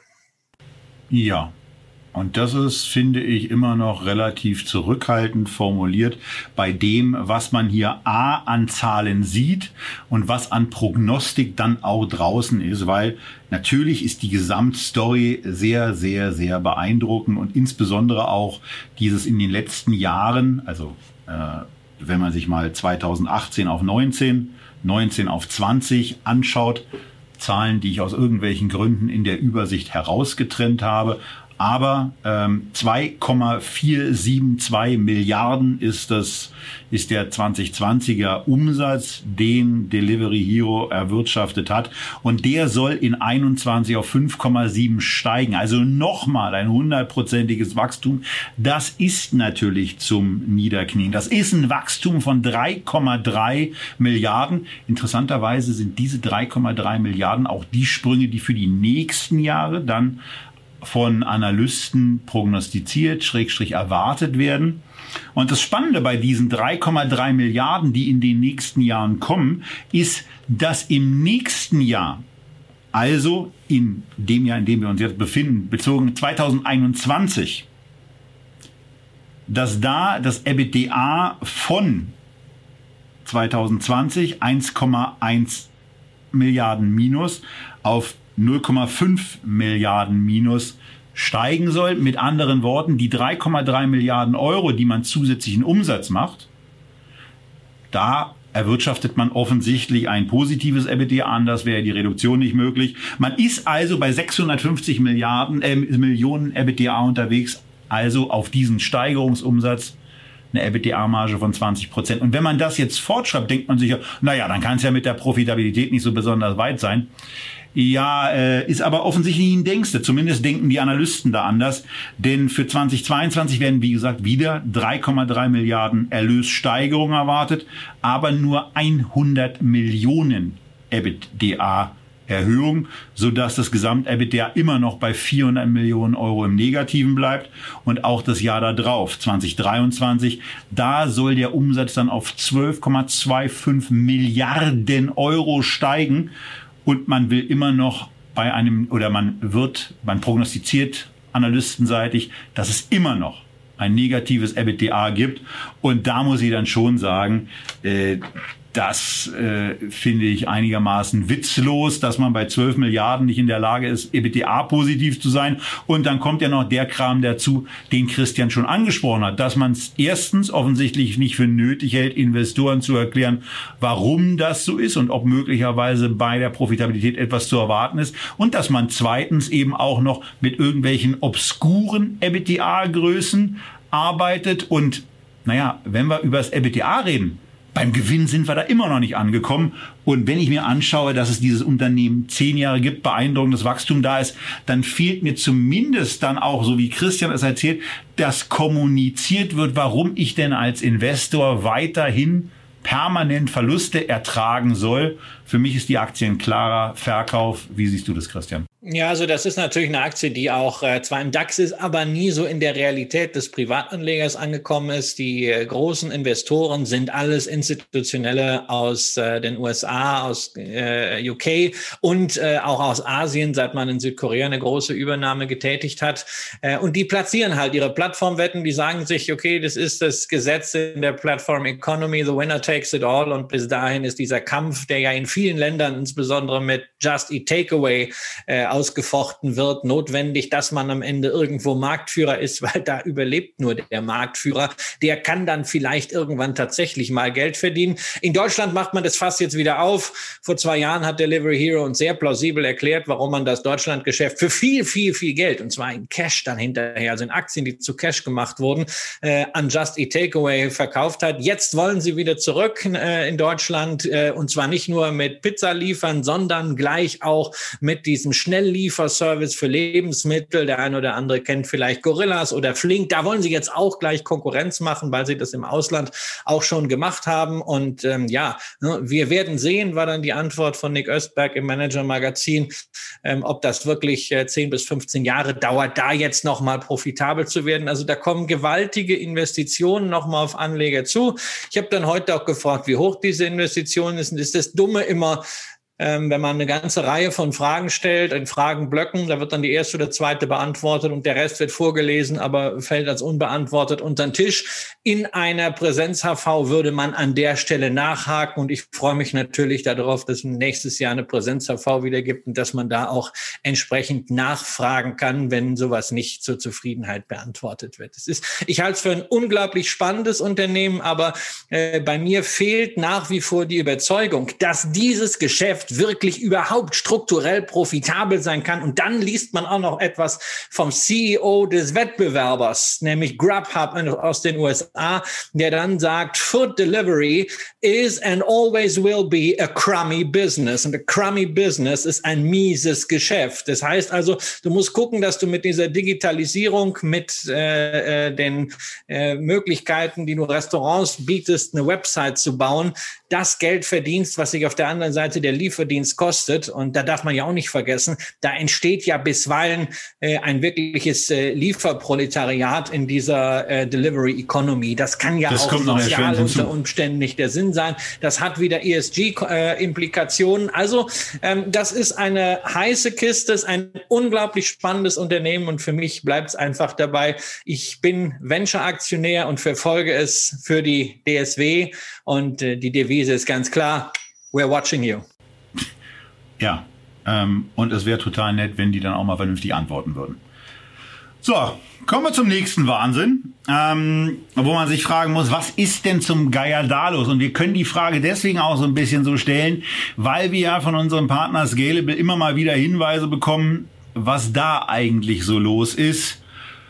Speaker 2: Ja. Und das ist, finde ich, immer noch relativ zurückhaltend formuliert bei dem, was man hier an Zahlen sieht und was an Prognostik dann auch draußen ist, weil natürlich ist die Gesamtstory sehr, sehr, sehr beeindruckend und insbesondere auch dieses in den letzten Jahren, also wenn man sich mal 2018 auf 19, 19 auf 20 anschaut, Zahlen, die ich aus irgendwelchen Gründen in der Übersicht herausgetrennt habe, aber 2,472 Milliarden ist der 2020er Umsatz, den Delivery Hero erwirtschaftet hat. Und der soll in 21 auf 5,7 steigen. Also nochmal ein 100%iges Wachstum. Das ist natürlich zum Niederknien. Das ist ein Wachstum von 3,3 Milliarden. Interessanterweise sind diese 3,3 Milliarden auch die Sprünge, die für die nächsten Jahre dann von Analysten prognostiziert, / erwartet werden. Und das Spannende bei diesen 3,3 Milliarden, die in den nächsten Jahren kommen, ist, dass im nächsten Jahr, also in dem Jahr, in dem wir uns jetzt befinden, bezogen 2021, dass da das EBITDA von 2020 1,1 Milliarden minus auf 0,5 Milliarden minus steigen soll. Mit anderen Worten, die 3,3 Milliarden Euro, die man zusätzlichen Umsatz macht, da erwirtschaftet man offensichtlich ein positives EBITDA, anders wäre die Reduktion nicht möglich. Man ist also bei 650 Millionen EBITDA unterwegs, also auf diesen Steigerungsumsatz eine EBITDA-Marge von 20%. Und wenn man das jetzt fortschreibt, denkt man sich ja, naja, dann kann es ja mit der Profitabilität nicht so besonders weit sein. Ja, ist aber offensichtlich ein Denkste. Zumindest denken die Analysten da anders. Denn für 2022 werden, wie gesagt, wieder 3,3 Milliarden Erlössteigerung erwartet, aber nur 100 Millionen EBITDA-Erhöhung, sodass das Gesamt-EBITDA immer noch bei 400 Millionen Euro im Negativen bleibt. Und auch das Jahr da drauf, 2023, da soll der Umsatz dann auf 12,25 Milliarden Euro steigen. Und man will immer noch man prognostiziert analystenseitig, dass es immer noch ein negatives EBITDA gibt. Und da muss ich dann schon sagen, Das finde ich einigermaßen witzlos, dass man bei 12 Milliarden nicht in der Lage ist, EBITDA-positiv zu sein. Und dann kommt ja noch der Kram dazu, den Christian schon angesprochen hat, dass man es erstens offensichtlich nicht für nötig hält, Investoren zu erklären, warum das so ist und ob möglicherweise bei der Profitabilität etwas zu erwarten ist. Und dass man zweitens eben auch noch mit irgendwelchen obskuren EBITDA-Größen arbeitet. Und naja, wenn wir über das EBITDA reden, beim Gewinn sind wir da immer noch nicht angekommen. Und wenn ich mir anschaue, dass es dieses Unternehmen 10 Jahre gibt, beeindruckendes Wachstum da ist, dann fehlt mir zumindest dann auch, so wie Christian es erzählt, dass kommuniziert wird, warum ich denn als Investor weiterhin permanent Verluste ertragen soll. Für mich ist die Aktie ein klarer Verkauf. Wie siehst du das, Christian?
Speaker 3: Ja, also das ist natürlich eine Aktie, die auch zwar im DAX ist, aber nie so in der Realität des Privatanlegers angekommen ist. Die großen Investoren sind alles Institutionelle aus den USA, aus UK und auch aus Asien, seit man in Südkorea eine große Übernahme getätigt hat. Und die platzieren halt ihre Plattformwetten, die sagen sich, okay, das ist das Gesetz in der Platform Economy, the winner takes it all. Und bis dahin ist dieser Kampf, der ja in vielen Ländern, insbesondere mit Just Eat Takeaway, ausgefochten wird, notwendig, dass man am Ende irgendwo Marktführer ist, weil da überlebt nur der Marktführer. Der kann dann vielleicht irgendwann tatsächlich mal Geld verdienen. In Deutschland macht man das Fass jetzt wieder auf. Vor 2 Jahren hat Delivery Hero uns sehr plausibel erklärt, warum man das Deutschlandgeschäft für viel, viel, viel Geld, und zwar in Cash dann hinterher, also in Aktien, die zu Cash gemacht wurden, an Just Eat Takeaway verkauft hat. Jetzt wollen sie wieder zurück in Deutschland, und zwar nicht nur mit Pizza liefern, sondern gleich auch mit diesem Schnelllieferservice für Lebensmittel. Der eine oder andere kennt vielleicht Gorillas oder Flink. Da wollen sie jetzt auch gleich Konkurrenz machen, weil sie das im Ausland auch schon gemacht haben. Und wir werden sehen, war dann die Antwort von Nick Östberg im Manager-Magazin, ob das wirklich 10 bis 15 Jahre dauert, da jetzt nochmal profitabel zu werden. Also da kommen gewaltige Investitionen nochmal auf Anleger zu. Ich habe dann heute auch gefragt, wie hoch diese Investitionen sind. Ist das Dumme immer, wenn man eine ganze Reihe von Fragen stellt, in Fragenblöcken, da wird dann die erste oder zweite beantwortet und der Rest wird vorgelesen, aber fällt als unbeantwortet unter den Tisch. In einer Präsenz-HV würde man an der Stelle nachhaken und ich freue mich natürlich darauf, dass es nächstes Jahr eine Präsenz-HV wieder gibt und dass man da auch entsprechend nachfragen kann, wenn sowas nicht zur Zufriedenheit beantwortet wird. Ich halte es für ein unglaublich spannendes Unternehmen, aber bei mir fehlt nach wie vor die Überzeugung, dass dieses Geschäft wirklich überhaupt strukturell profitabel sein kann. Und dann liest man auch noch etwas vom CEO des Wettbewerbers, nämlich Grubhub aus den USA, der dann sagt, Food Delivery is and always will be a crummy business. Und a crummy business ist ein mieses Geschäft. Das heißt also, du musst gucken, dass du mit dieser Digitalisierung, mit den Möglichkeiten, die du Restaurants bietest, eine Website zu bauen, das Geld verdienst, was sich auf der anderen Seite der Lieferdienst kostet. Und da darf man ja auch nicht vergessen, da entsteht ja bisweilen ein wirkliches Lieferproletariat in dieser Delivery Economy. Das kann ja auch sozial unter Umständen nicht der Sinn sein. Das hat wieder ESG-Implikationen. Also das ist eine heiße Kiste, ist ein unglaublich spannendes Unternehmen und für mich bleibt es einfach dabei. Ich bin Venture-Aktionär und verfolge es für die DSW und die Devise ist ganz klar, we're watching you.
Speaker 2: Ja, und es wäre total nett, wenn die dann auch mal vernünftig antworten würden. So, kommen wir zum nächsten Wahnsinn, wo man sich fragen muss, was ist denn zum Geier da los? Und wir können die Frage deswegen auch so ein bisschen so stellen, weil wir ja von unserem Partner Scalable immer mal wieder Hinweise bekommen, was da eigentlich so los ist.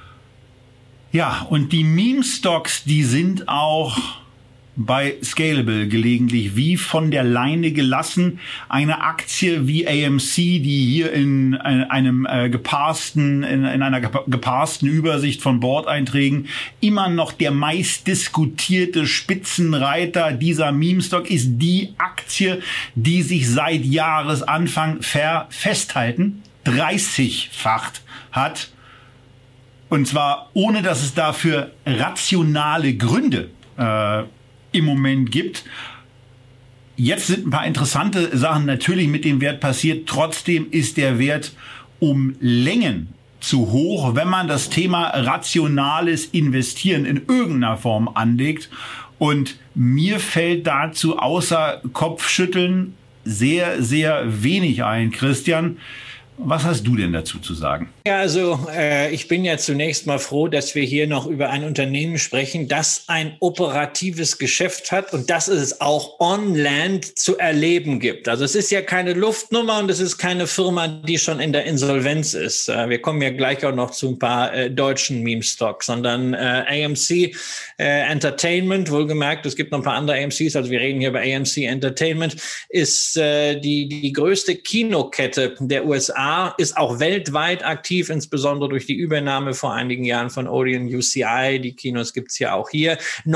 Speaker 2: Ja, und die Meme-Stocks, die sind auch bei Scalable gelegentlich wie von der Leine gelassen. Eine Aktie wie AMC, die hier in einer geparsten Übersicht von Board-Einträgen immer noch der meistdiskutierte Spitzenreiter dieser Meme-Stock ist, die Aktie, die sich seit Jahresanfang festhalten 30-facht hat. Und zwar ohne, dass es dafür rationale Gründe im Moment gibt. Jetzt sind ein paar interessante Sachen natürlich mit dem Wert passiert. Trotzdem ist der Wert um Längen zu hoch, wenn man das Thema rationales Investieren in irgendeiner Form anlegt. Und mir fällt dazu außer Kopfschütteln sehr, sehr wenig ein. Christian, was hast du denn dazu zu sagen?
Speaker 3: Ja, also ich bin ja zunächst mal froh, dass wir hier noch über ein Unternehmen sprechen, das ein operatives Geschäft hat und das es auch on Land zu erleben gibt. Also es ist ja keine Luftnummer und es ist keine Firma, die schon in der Insolvenz ist. Wir kommen ja gleich auch noch zu ein paar deutschen Meme-Stocks, sondern AMC Entertainment, wohlgemerkt, es gibt noch ein paar andere AMCs, also wir reden hier über AMC Entertainment, ist die größte Kinokette der USA, ist auch weltweit aktiv, insbesondere durch die Übernahme vor einigen Jahren von Odeon UCI. Die Kinos gibt's ja auch hier.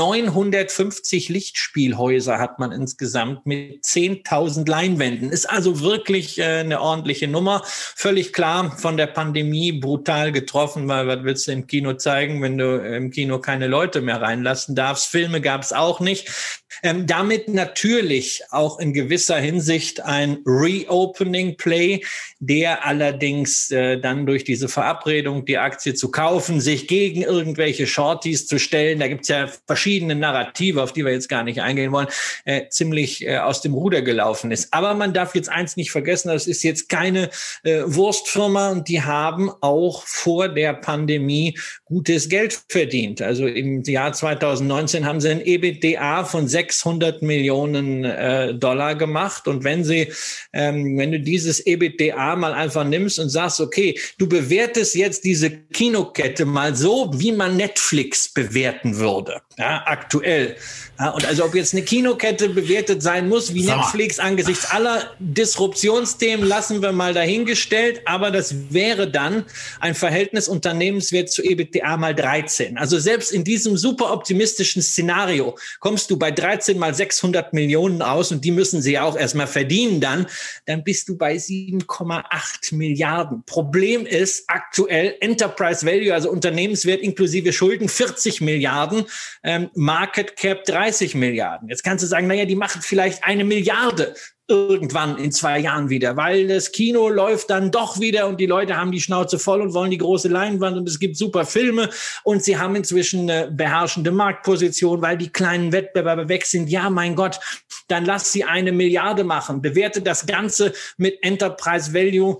Speaker 3: 950 Lichtspielhäuser hat man insgesamt mit 10.000 Leinwänden. Ist also wirklich eine ordentliche Nummer. Völlig klar von der Pandemie brutal getroffen, weil was willst du im Kino zeigen, wenn du im Kino keine Leute mehr reinlassen darfst? Filme gab's auch nicht. Damit natürlich auch in gewisser Hinsicht ein Reopening-Play, der allerdings dann durch diese Verabredung, die Aktie zu kaufen, sich gegen irgendwelche Shorties zu stellen, da gibt's ja verschiedene Narrative, auf die wir jetzt gar nicht eingehen wollen, ziemlich aus dem Ruder gelaufen ist. Aber man darf jetzt eins nicht vergessen, das ist jetzt keine Wurstfirma und die haben auch vor der Pandemie gutes Geld verdient. Also im Jahr 2019 haben sie ein EBITDA von 600 Millionen Dollar gemacht. Und wenn du dieses EBITDA mal einfach nimmst und sagst, okay, du bewertest jetzt diese Kinokette mal so, wie man Netflix bewerten würde, ja, aktuell. Ja, und also ob jetzt eine Kinokette bewertet sein muss wie Netflix angesichts aller Disruptionsthemen, lassen wir mal dahingestellt. Aber das wäre dann ein Verhältnis Unternehmenswert zu EBITDA mal 13. Also selbst in diesem super optimistischen Szenario kommst du bei 13 mal 600 Millionen aus und die müssen sie ja auch erstmal verdienen dann bist du bei 7,8 Milliarden. Problem ist aktuell Enterprise Value, also Unternehmenswert inklusive Schulden, 40 Milliarden, Market Cap 30 Milliarden. Jetzt kannst du sagen, naja, die machen vielleicht 1 Milliarde irgendwann in 2 Jahren wieder, weil das Kino läuft dann doch wieder und die Leute haben die Schnauze voll und wollen die große Leinwand und es gibt super Filme und sie haben inzwischen eine beherrschende Marktposition, weil die kleinen Wettbewerber weg sind. Ja, mein Gott, dann lass sie 1 Milliarde machen. Bewerte das Ganze mit Enterprise Value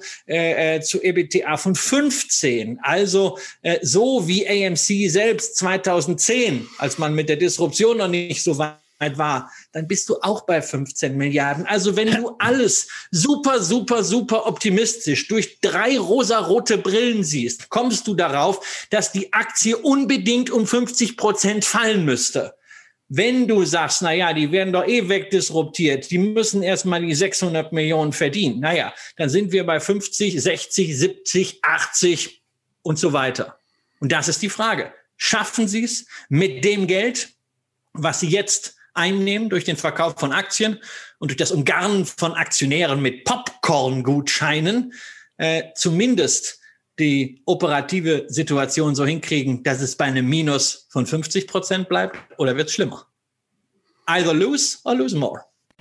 Speaker 3: zu EBITDA von 15. Also so wie AMC selbst 2010, als man mit der Disruption noch nicht so weit war, dann bist du auch bei 15 Milliarden. Also wenn du alles super, super, super optimistisch durch 3 rosarote Brillen siehst, kommst du darauf, dass die Aktie unbedingt um 50% fallen müsste. Wenn du sagst, naja, die werden doch eh wegdisruptiert, die müssen erstmal die 600 Millionen verdienen. Naja, dann sind wir bei 50, 60, 70, 80 und so weiter. Und das ist die Frage. Schaffen sie es mit dem Geld, was sie jetzt einnehmen durch den Verkauf von Aktien und durch das Umgarnen von Aktionären mit Popcorn-Gutscheinen, zumindest die operative Situation so hinkriegen, dass es bei einem Minus von 50% bleibt, oder wird es schlimmer? Either lose or lose more.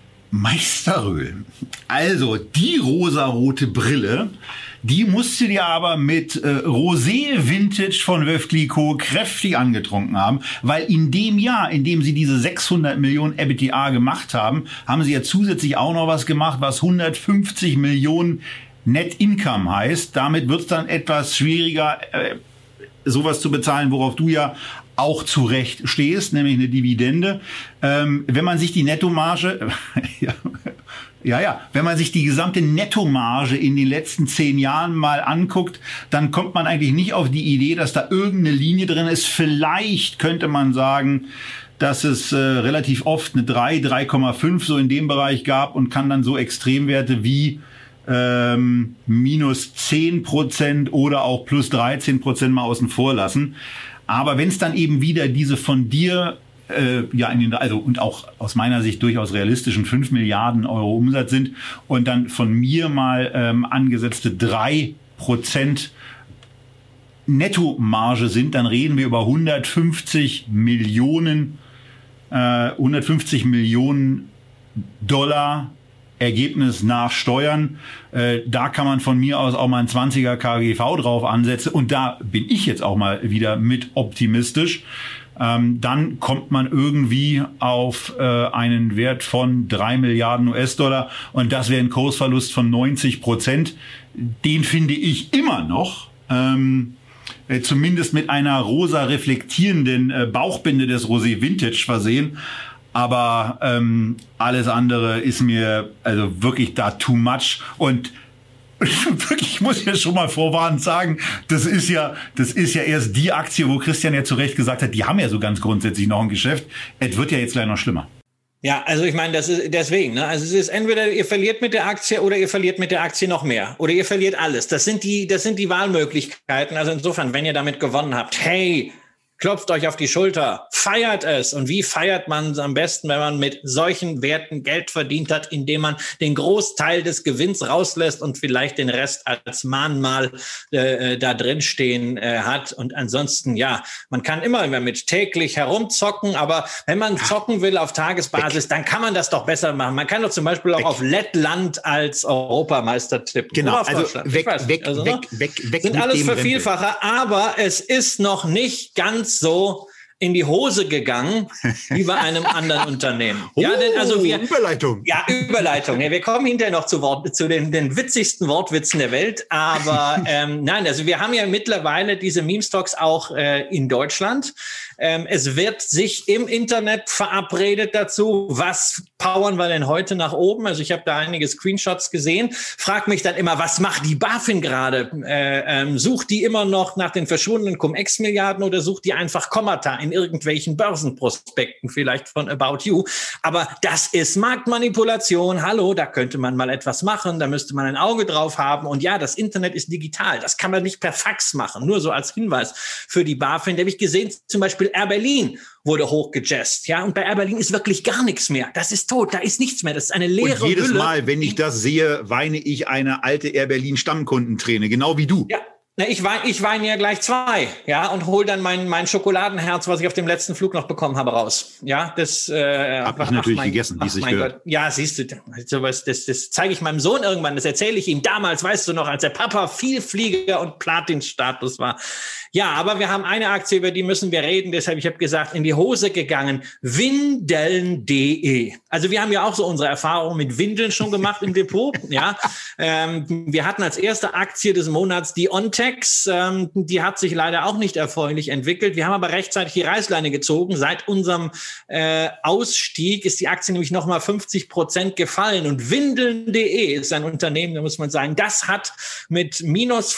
Speaker 2: Meister Röhl. Also die rosarote Brille, die musst du dir aber mit Rosé Vintage von Veuve Clicquot kräftig angetrunken haben, weil in dem Jahr, in dem sie diese 600 Millionen EBITDA gemacht haben, haben sie ja zusätzlich auch noch was gemacht, was 150 Millionen Net Income heißt. Damit wird es dann etwas schwieriger, sowas zu bezahlen, worauf du ja auch zu Recht stehst, nämlich eine Dividende. Wenn man sich die Nettomarge, wenn man sich die gesamte Nettomarge in den letzten 10 Jahren mal anguckt, dann kommt man eigentlich nicht auf die Idee, dass da irgendeine Linie drin ist. Vielleicht könnte man sagen, dass es relativ oft eine 3,5 so in dem Bereich gab und kann dann so Extremwerte wie minus 10% oder auch plus 13% mal außen vor lassen. Aber wenn es dann eben wieder diese von dir und auch aus meiner Sicht durchaus realistischen 5 Milliarden Euro Umsatz sind und dann von mir mal angesetzte 3% Nettomarge sind, dann reden wir über 150 Millionen Dollar Ergebnis nach Steuern. Da kann man von mir aus auch mal ein 20er KGV drauf ansetzen und da bin ich jetzt auch mal wieder mit optimistisch. dann kommt man irgendwie auf einen Wert von 3 Milliarden US-Dollar und das wäre ein Kursverlust von 90%. Den finde ich immer noch, zumindest mit einer rosa reflektierenden Bauchbinde des Rosé Vintage versehen. Aber alles andere ist mir also wirklich da too much. Und wirklich, ich muss ja schon mal vorwarnend sagen, das ist ja erst die Aktie, wo Christian ja zu Recht gesagt hat, die haben ja so ganz grundsätzlich noch ein Geschäft. Es wird ja jetzt gleich noch schlimmer.
Speaker 3: Ja, also ich meine, das ist deswegen, ne? Also es ist entweder ihr verliert mit der Aktie oder ihr verliert mit der Aktie noch mehr. Oder ihr verliert alles. Das sind die Wahlmöglichkeiten. Also insofern, wenn ihr damit gewonnen habt, hey, klopft euch auf die Schulter, feiert es. Und wie feiert man es am besten, wenn man mit solchen Werten Geld verdient hat, indem man den Großteil des Gewinns rauslässt und vielleicht den Rest als Mahnmal da drin stehen hat. Und ansonsten, ja, man kann immer mit täglich herumzocken, aber wenn man zocken will auf Tagesbasis, dann kann man das doch besser machen. Man kann doch zum Beispiel auch auf Lettland als Europameister tippen.
Speaker 2: Genau, also weg
Speaker 3: sind alles Vervielfacher, aber es ist noch nicht ganz so in die Hose gegangen wie bei einem anderen Unternehmen. Ja, denn also Überleitung. Ja, Überleitung. Ja, wir kommen hinterher noch zu den witzigsten Wortwitzen der Welt. Aber nein, also wir haben ja mittlerweile diese Meme-Stocks auch in Deutschland. Es wird sich im Internet verabredet dazu, was powern wir denn heute nach oben? Also ich habe da einige Screenshots gesehen. Frag mich dann immer, was macht die BaFin gerade? Sucht die immer noch nach den verschwundenen Cum-Ex-Milliarden oder sucht die einfach Kommata in irgendwelchen Börsenprospekten, vielleicht von About You? Aber das ist Marktmanipulation. Hallo, da könnte man mal etwas machen. Da müsste man ein Auge drauf haben. Und ja, das Internet ist digital. Das kann man nicht per Fax machen. Nur so als Hinweis für die BaFin. Da habe ich gesehen, zum Beispiel Air Berlin wurde hochgejazzt, ja, und bei Air Berlin ist wirklich gar nichts mehr. Das ist tot, da ist nichts mehr, das ist eine leere Hülle.
Speaker 2: Und jedes Mal, wenn ich das sehe, weine ich eine alte Air Berlin Stammkundenträne, genau wie du.
Speaker 3: Ja. Na, ich weine ja gleich 2, ja, und hol dann mein Schokoladenherz, was ich auf dem letzten Flug noch bekommen habe, raus. Ja, das
Speaker 2: habe ich natürlich gegessen, wie es sich gehört.
Speaker 3: Ja, siehst du, sowas, das zeige ich meinem Sohn irgendwann, das erzähle ich ihm damals, weißt du noch, als der Papa Vielflieger und Platin-Status war. Ja, aber wir haben eine Aktie, über die müssen wir reden, deshalb, ich habe gesagt, in die Hose gegangen, Windeln.de. Also wir haben ja auch so unsere Erfahrungen mit Windeln schon gemacht im Depot, ja. Wir hatten als erste Aktie des Monats die OnTech. Die hat sich leider auch nicht erfreulich entwickelt. Wir haben aber rechtzeitig die Reißleine gezogen. Seit unserem Ausstieg ist die Aktie nämlich nochmal 50% gefallen. Und Windeln.de ist ein Unternehmen, da muss man sagen, das hat mit minus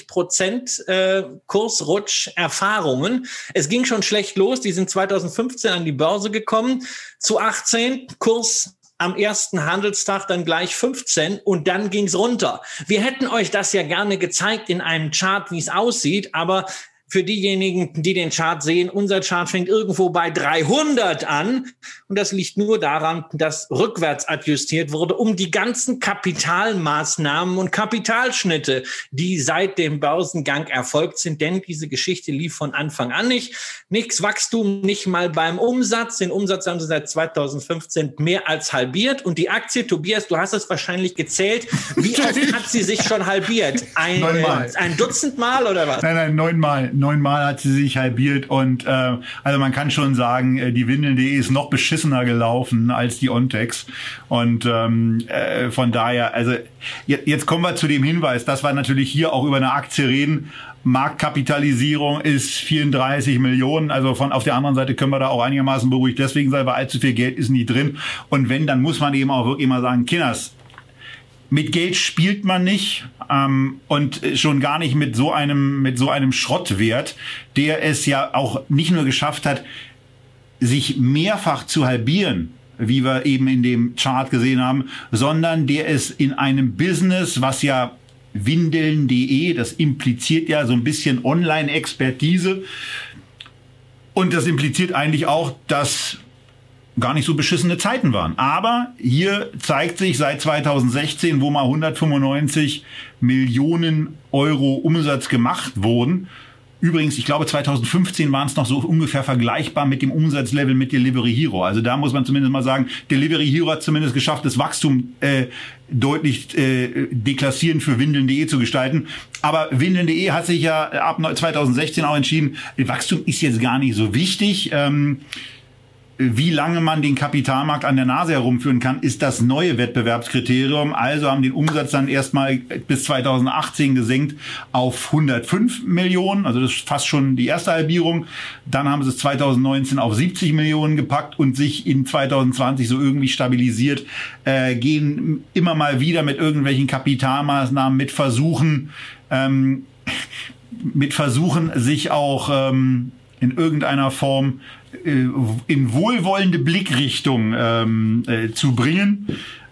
Speaker 3: 50% Kursrutsch Erfahrungen. Es ging schon schlecht los. Die sind 2015 an die Börse gekommen. Zu 18 Kurs am ersten Handelstag dann gleich 15 und dann ging's runter. Wir hätten euch das ja gerne gezeigt in einem Chart, wie es aussieht, aber für diejenigen, die den Chart sehen, unser Chart fängt irgendwo bei 300 an. Und das liegt nur daran, dass rückwärts adjustiert wurde, um die ganzen Kapitalmaßnahmen und Kapitalschnitte, die seit dem Börsengang erfolgt sind. Denn diese Geschichte lief von Anfang an nicht. Nichts Wachstum, nicht mal beim Umsatz. Den Umsatz haben sie seit 2015 mehr als halbiert. Und die Aktie, Tobias, du hast es wahrscheinlich gezählt. Wie oft hat sie sich schon halbiert? Ein Dutzend Mal oder was?
Speaker 2: Nein, 9 Mal. 9 Mal hat sie sich halbiert und also man kann schon sagen, die Windeln.de ist noch beschissener gelaufen als die OnTex und von daher, also jetzt kommen wir zu dem Hinweis, dass wir natürlich hier auch über eine Aktie reden. Marktkapitalisierung ist 34 Millionen, also von auf der anderen Seite können wir da auch einigermaßen beruhigt deswegen sein, weil allzu viel Geld ist nie drin und wenn, dann muss man eben auch wirklich mal sagen, Kinders, mit Geld spielt man nicht und schon gar nicht mit so einem Schrottwert, der es ja auch nicht nur geschafft hat, sich mehrfach zu halbieren, wie wir eben in dem Chart gesehen haben, sondern der es in einem Business, was ja Windeln.de, das impliziert ja so ein bisschen Online-Expertise und das impliziert eigentlich auch, dass gar nicht so beschissene Zeiten waren. Aber hier zeigt sich seit 2016, wo mal 195 Millionen Euro Umsatz gemacht wurden, Übrigens, ich glaube 2015 waren es noch so ungefähr vergleichbar mit dem Umsatzlevel mit Delivery Hero. Also da muss man zumindest mal sagen, Delivery Hero hat zumindest geschafft, das Wachstum deutlich deklassierend für Windeln.de zu gestalten. Aber Windeln.de hat sich ja ab 2016 auch entschieden, Wachstum ist jetzt gar nicht so wichtig. Wie lange man den Kapitalmarkt an der Nase herumführen kann, ist das neue Wettbewerbskriterium. Also haben den Umsatz dann erstmal bis 2018 gesenkt auf 105 Millionen. Also das ist fast schon die erste Halbierung. Dann haben sie es 2019 auf 70 Millionen gepackt und sich in 2020 so irgendwie stabilisiert. Gehen immer mal wieder mit irgendwelchen Kapitalmaßnahmen, mit Versuchen, sich auch in irgendeiner Form in wohlwollende Blickrichtung zu bringen,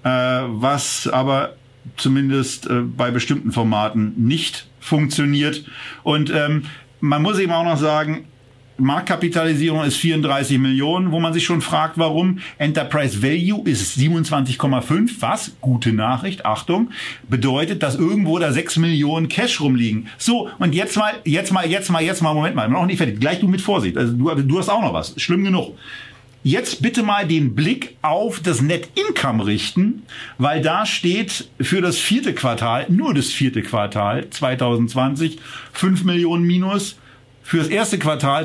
Speaker 2: was aber zumindest bei bestimmten Formaten nicht funktioniert. Und man muss eben auch noch sagen, Marktkapitalisierung ist 34 Millionen, wo man sich schon fragt, warum. Enterprise Value ist 27,5, was, gute Nachricht, Achtung, bedeutet, dass irgendwo da 6 Millionen Cash rumliegen. So, und jetzt mal, Moment mal, noch nicht fertig, gleich du mit Vorsicht, also du hast auch noch was, schlimm genug. Jetzt bitte mal den Blick auf das Net Income richten, weil da steht für das vierte Quartal, nur das vierte Quartal 2020, 5 Millionen minus. Für das erste Quartal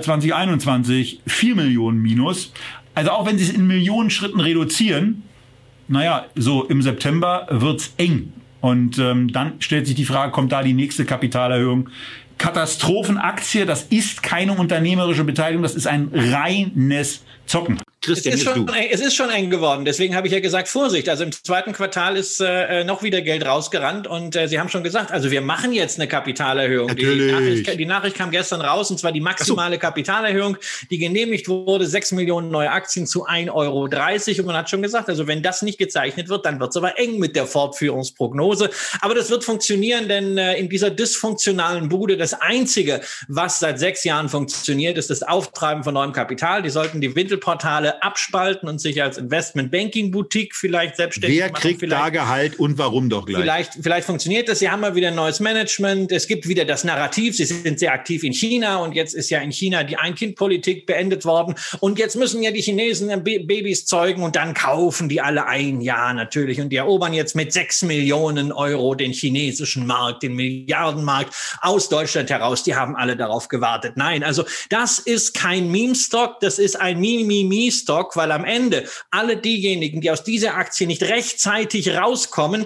Speaker 2: 2021 4 Millionen minus. Also auch wenn sie es in Millionenschritten reduzieren, naja, so im September wird's eng. Und dann stellt sich die Frage, kommt da die nächste Kapitalerhöhung? Katastrophenaktie, das ist keine unternehmerische Beteiligung, das ist ein reines Zocken.
Speaker 3: Christian, es ist schon eng geworden. Deswegen habe ich ja gesagt, Vorsicht. Also im zweiten Quartal ist noch wieder Geld rausgerannt. Und Sie haben schon gesagt, also wir machen jetzt eine Kapitalerhöhung. Die Nachricht kam gestern raus, und zwar die maximale Kapitalerhöhung, die genehmigt wurde, 6 Millionen neue Aktien zu 1,30 Euro. Und man hat schon gesagt, also wenn das nicht gezeichnet wird, dann wird es aber eng mit der Fortführungsprognose. Aber das wird funktionieren, denn in dieser dysfunktionalen Bude, das Einzige, was seit 6 Jahren funktioniert, ist das Auftreiben von neuem Kapital. Die sollten die Windelportale abspalten und sich als Investment-Banking-Boutique vielleicht selbstständig machen.
Speaker 2: Wer kriegt da Gehalt und warum doch gleich?
Speaker 3: Vielleicht funktioniert das. Sie haben mal wieder ein neues Management. Es gibt wieder das Narrativ. Sie sind sehr aktiv in China und jetzt ist ja in China die Ein-Kind-Politik beendet worden. Und jetzt müssen ja die Chinesen Babys zeugen und dann kaufen die alle ein. Ja, natürlich. Und die erobern jetzt mit 6 Millionen Euro den chinesischen Markt, den Milliardenmarkt aus Deutschland heraus. Die haben alle darauf gewartet. Nein, also das ist kein Meme-Stock. Das ist ein Mimi-Stock, weil am Ende alle diejenigen, die aus dieser Aktie nicht rechtzeitig rauskommen,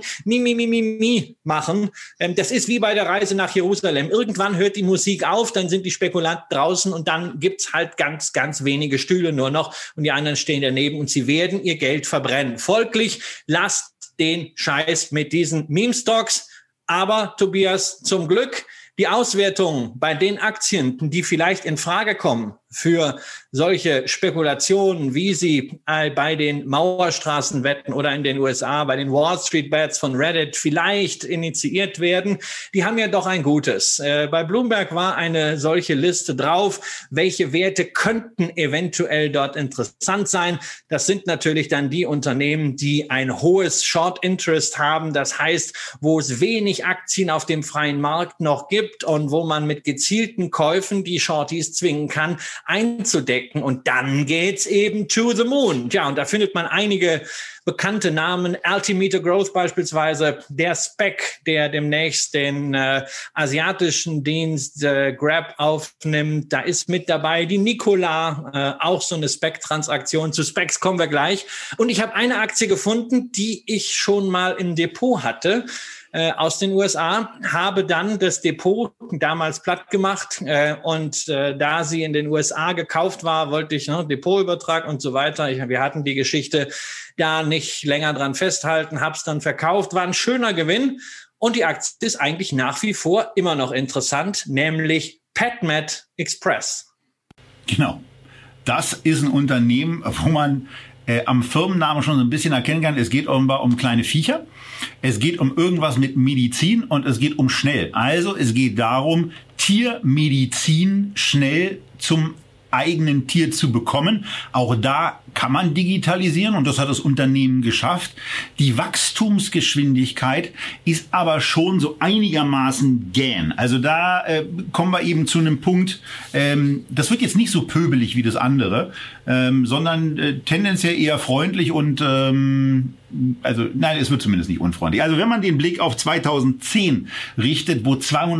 Speaker 3: machen. Das ist wie bei der Reise nach Jerusalem. Irgendwann hört die Musik auf, dann sind die Spekulanten draußen und dann gibt's halt ganz, ganz wenige Stühle nur noch und die anderen stehen daneben und sie werden ihr Geld verbrennen. Folglich lasst den Scheiß mit diesen Meme-Stocks. Aber Tobias, zum Glück, die Auswertung bei den Aktien, die vielleicht in Frage kommen für solche Spekulationen, wie sie bei den Mauerstraßenwetten oder in den USA, bei den Wall Street Bets von Reddit vielleicht initiiert werden, die haben ja doch ein Gutes. Bei Bloomberg war eine solche Liste drauf. Welche Werte könnten eventuell dort interessant sein? Das sind natürlich dann die Unternehmen, die ein hohes Short Interest haben. Das heißt, wo es wenig Aktien auf dem freien Markt noch gibt und wo man mit gezielten Käufen die Shorties zwingen kann, einzudecken. Und dann geht's eben to the moon. Ja, und da findet man einige bekannte Namen. Altimeter Growth beispielsweise, der SPAC, der demnächst den asiatischen Dienst Grab aufnimmt. Da ist mit dabei die Nikola, auch so eine SPAC-Transaktion. Zu SPACs kommen wir gleich. Und ich habe eine Aktie gefunden, die ich schon mal im Depot hatte, aus den USA, habe dann das Depot damals platt gemacht und da sie in den USA gekauft war, wollte ich Depotübertrag und so weiter. Wir hatten die Geschichte da nicht länger dran festhalten, habe es dann verkauft, war ein schöner Gewinn und die Aktie ist eigentlich nach wie vor immer noch interessant, nämlich PetMed Express.
Speaker 2: Genau, das ist ein Unternehmen, wo man am Firmennamen schon so ein bisschen erkennen kann, es geht offenbar um kleine Viecher, es geht um irgendwas mit Medizin und es geht um schnell. Also es geht darum, Tiermedizin schnell zum eigenen Tier zu bekommen. Auch da kann man digitalisieren und das hat das Unternehmen geschafft. Die Wachstumsgeschwindigkeit ist aber schon so einigermaßen gähn. Also da kommen wir eben zu einem Punkt, das wird jetzt nicht so pöbelig wie das andere, sondern tendenziell eher freundlich und also nein, es wird zumindest nicht unfreundlich. Also wenn man den Blick auf 2010 richtet, wo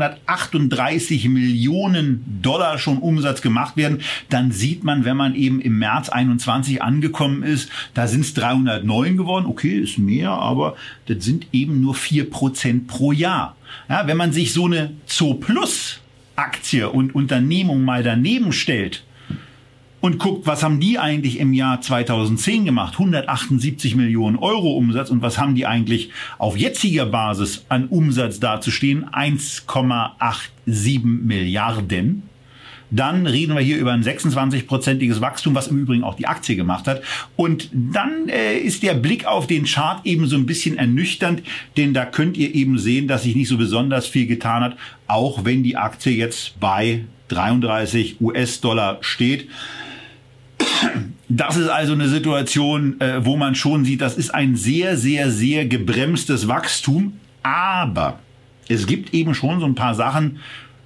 Speaker 2: 238 Millionen Dollar schon Umsatz gemacht werden, dann sieht man, wenn man eben im März 21 angekommen ist, da sind es 309 geworden. Okay, ist mehr, aber das sind eben nur 4% pro Jahr. Ja, wenn man sich so eine Zooplus-Aktie und Unternehmung mal daneben stellt, und guckt, was haben die eigentlich im Jahr 2010 gemacht? 178 Millionen Euro Umsatz. Und was haben die eigentlich auf jetziger Basis an Umsatz dazustehen? 1,87 Milliarden. Dann reden wir hier über ein 26-prozentiges Wachstum, was im Übrigen auch die Aktie gemacht hat. Und dann ist der Blick auf den Chart eben so ein bisschen ernüchternd, denn da könnt ihr eben sehen, dass sich nicht so besonders viel getan hat, auch wenn die Aktie jetzt bei 33 US-Dollar steht. Das ist also eine Situation, wo man schon sieht, das ist ein sehr, sehr, sehr gebremstes Wachstum. Aber es gibt eben schon so ein paar Sachen,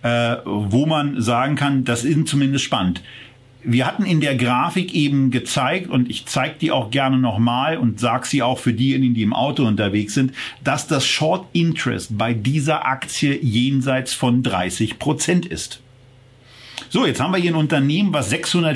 Speaker 2: wo man sagen kann, das ist zumindest spannend. Wir hatten in der Grafik eben gezeigt, und ich zeige die auch gerne nochmal und sage sie auch für diejenigen, die im Auto unterwegs sind, dass das Short Interest bei dieser Aktie jenseits von 30% ist. So, jetzt haben wir hier ein Unternehmen, was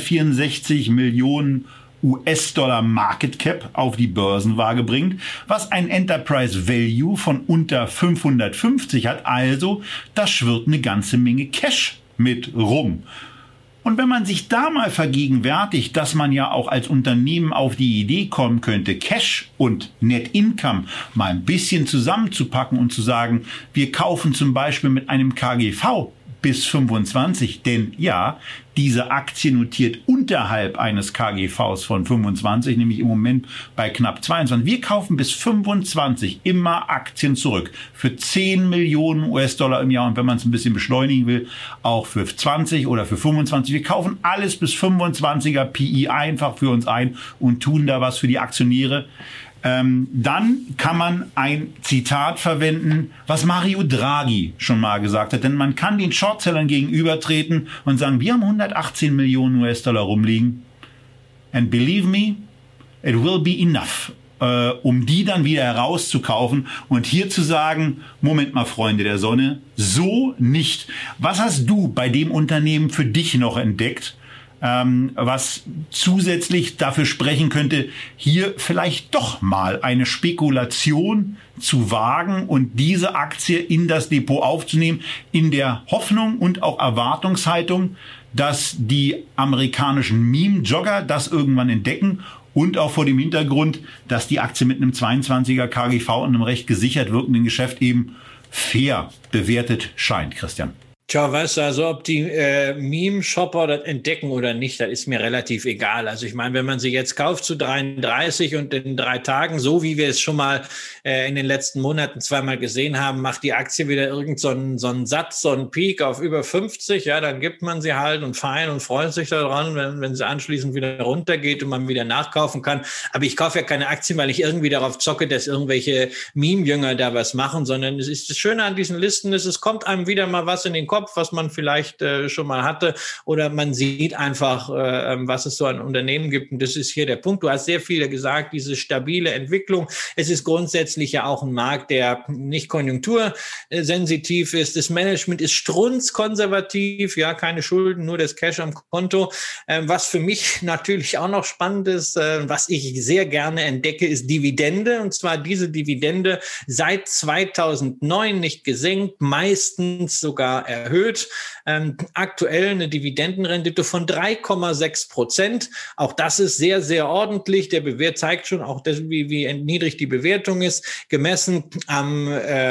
Speaker 2: 664 Millionen US-Dollar Market Cap auf die Börsenwaage bringt, was ein Enterprise Value von unter 550 hat. Also, da schwirrt eine ganze Menge Cash mit rum. Und wenn man sich da mal vergegenwärtigt, dass man ja auch als Unternehmen auf die Idee kommen könnte, Cash und Net Income mal ein bisschen zusammenzupacken und zu sagen, wir kaufen zum Beispiel mit einem KGV bis 25, denn ja, diese Aktie notiert unterhalb eines KGVs von 25, nämlich im Moment bei knapp 22. Wir kaufen bis 25 immer Aktien zurück für 10 Millionen US-Dollar im Jahr und wenn man es ein bisschen beschleunigen will, auch für 20 oder für 25. Wir kaufen alles bis 25er PI einfach für uns ein und tun da was für die Aktionäre. Dann kann man ein Zitat verwenden, was Mario Draghi schon mal gesagt hat. Denn man kann den Shortsellern gegenübertreten und sagen, wir haben 118 Millionen US-Dollar rumliegen. And believe me, it will be enough, um die dann wieder herauszukaufen und hier zu sagen, Moment mal, Freunde der Sonne, so nicht. Was hast du bei dem Unternehmen für dich noch entdeckt, was zusätzlich dafür sprechen könnte, hier vielleicht doch mal eine Spekulation zu wagen und diese Aktie in das Depot aufzunehmen, in der Hoffnung und auch Erwartungshaltung, dass die amerikanischen Meme-Jogger das irgendwann entdecken und auch vor dem Hintergrund, dass die Aktie mit einem 22er KGV und einem recht gesichert wirkenden Geschäft eben fair bewertet scheint, Christian.
Speaker 3: Tja, weißt du, also ob die Meme-Shopper das entdecken oder nicht, das ist mir relativ egal. Also ich meine, wenn man sie jetzt kauft zu 33 und in 3 Tagen, so wie wir es schon mal in den letzten Monaten zweimal gesehen haben, macht die Aktie wieder irgend so einen Satz, so einen Peak auf über 50, ja, dann gibt man sie halt und fein und freut sich daran, wenn sie anschließend wieder runtergeht und man wieder nachkaufen kann. Aber ich kaufe ja keine Aktien, weil ich irgendwie darauf zocke, dass irgendwelche Meme-Jünger da was machen, sondern es ist das Schöne an diesen Listen, es kommt einem wieder mal was in den Kopf, was man vielleicht schon mal hatte, oder man sieht einfach, was es so an Unternehmen gibt. Und das ist hier der Punkt. Du hast sehr viele gesagt, diese stabile Entwicklung. Es ist grundsätzlich ja auch ein Markt, der nicht konjunktursensitiv ist. Das Management ist strunzkonservativ, ja, keine Schulden, nur das Cash am Konto. Was für mich natürlich auch noch spannend ist, was ich sehr gerne entdecke, ist Dividende. Und zwar diese Dividende seit 2009 nicht gesenkt, meistens sogar erhöht. Aktuell eine Dividendenrendite von 3,6%. Auch das ist sehr, sehr ordentlich. Der Bewert zeigt schon auch, wie niedrig die Bewertung ist. Gemessen am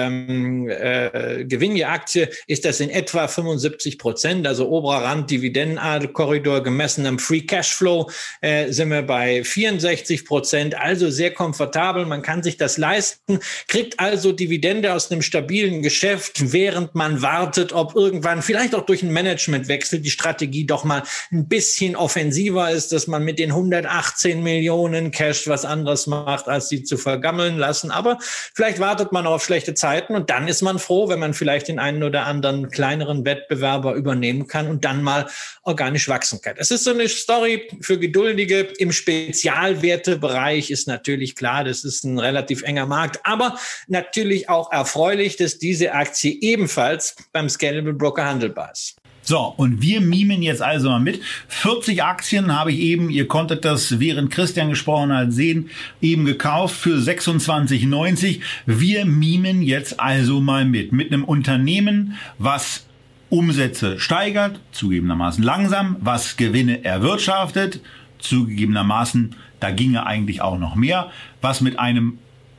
Speaker 3: Gewinn je Aktie ist das in etwa 75%, also oberer Rand Dividendenkorridor. Gemessen am Free Cashflow sind wir bei 64%, also sehr komfortabel. Man kann sich das leisten, kriegt also Dividende aus einem stabilen Geschäft, während man wartet, ob irgendwann vielleicht auch durch einen Managementwechsel die Strategie doch mal ein bisschen offensiver ist, dass man mit den 118 Millionen Cash was anderes macht, als sie zu vergammeln lassen. Aber vielleicht wartet man auf schlechte Zeiten und dann ist man froh, wenn man vielleicht den einen oder anderen kleineren Wettbewerber übernehmen kann und dann mal organisch wachsen kann. Es ist so eine Story für Geduldige. Im Spezialwertebereich ist natürlich klar, das ist ein relativ enger Markt, aber natürlich auch erfreulich, dass diese Aktie ebenfalls beim Scalable Broker handelbar ist.
Speaker 2: So, und wir mimen jetzt also mal mit. 40 Aktien habe ich eben, ihr konntet das, während Christian gesprochen hat, sehen, eben gekauft für 26,90. Wir mimen jetzt also mal mit einem Unternehmen, was Umsätze steigert, zugegebenermaßen langsam, was Gewinne erwirtschaftet, zugegebenermaßen, da ginge eigentlich auch noch mehr, was mit einem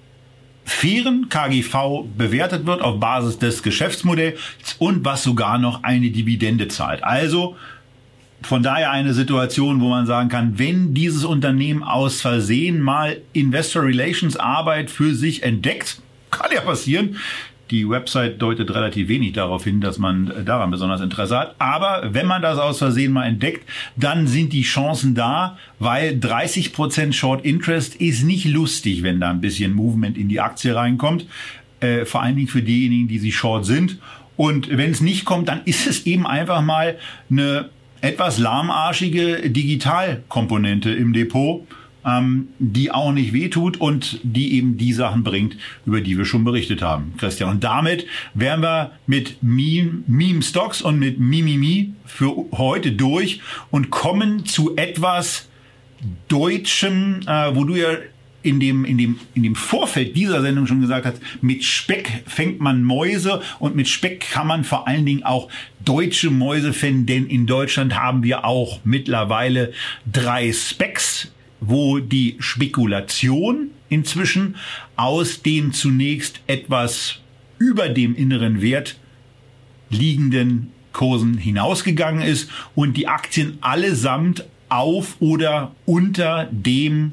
Speaker 2: fairen KGV bewertet wird auf Basis des Geschäftsmodells und was sogar noch eine Dividende zahlt. Also von daher eine Situation, wo man sagen kann, wenn dieses Unternehmen aus Versehen mal Investor Relations Arbeit für sich entdeckt, kann ja passieren. Die Website deutet relativ wenig darauf hin, dass man daran besonders Interesse hat. Aber wenn man das aus Versehen mal entdeckt, dann sind die Chancen da, weil 30% Short Interest ist nicht lustig, wenn da ein bisschen Movement in die Aktie reinkommt. Vor allen Dingen für diejenigen, die sie short sind. Und wenn es nicht kommt, dann ist es eben einfach mal eine etwas lahmarschige Digitalkomponente im Depot, die auch nicht wehtut und die eben die Sachen bringt, über die wir schon berichtet haben, Christian. Und damit wären wir mit Meme Stocks und mit Mimimi für heute durch und kommen zu etwas Deutschem, wo du ja in dem Vorfeld dieser Sendung schon gesagt hast, mit Speck fängt man Mäuse und mit Speck kann man vor allen Dingen auch deutsche Mäuse fängen, denn in Deutschland haben wir auch mittlerweile 3 Specs, wo die Spekulation inzwischen aus den zunächst etwas über dem inneren Wert liegenden Kursen hinausgegangen ist und die Aktien allesamt auf oder unter dem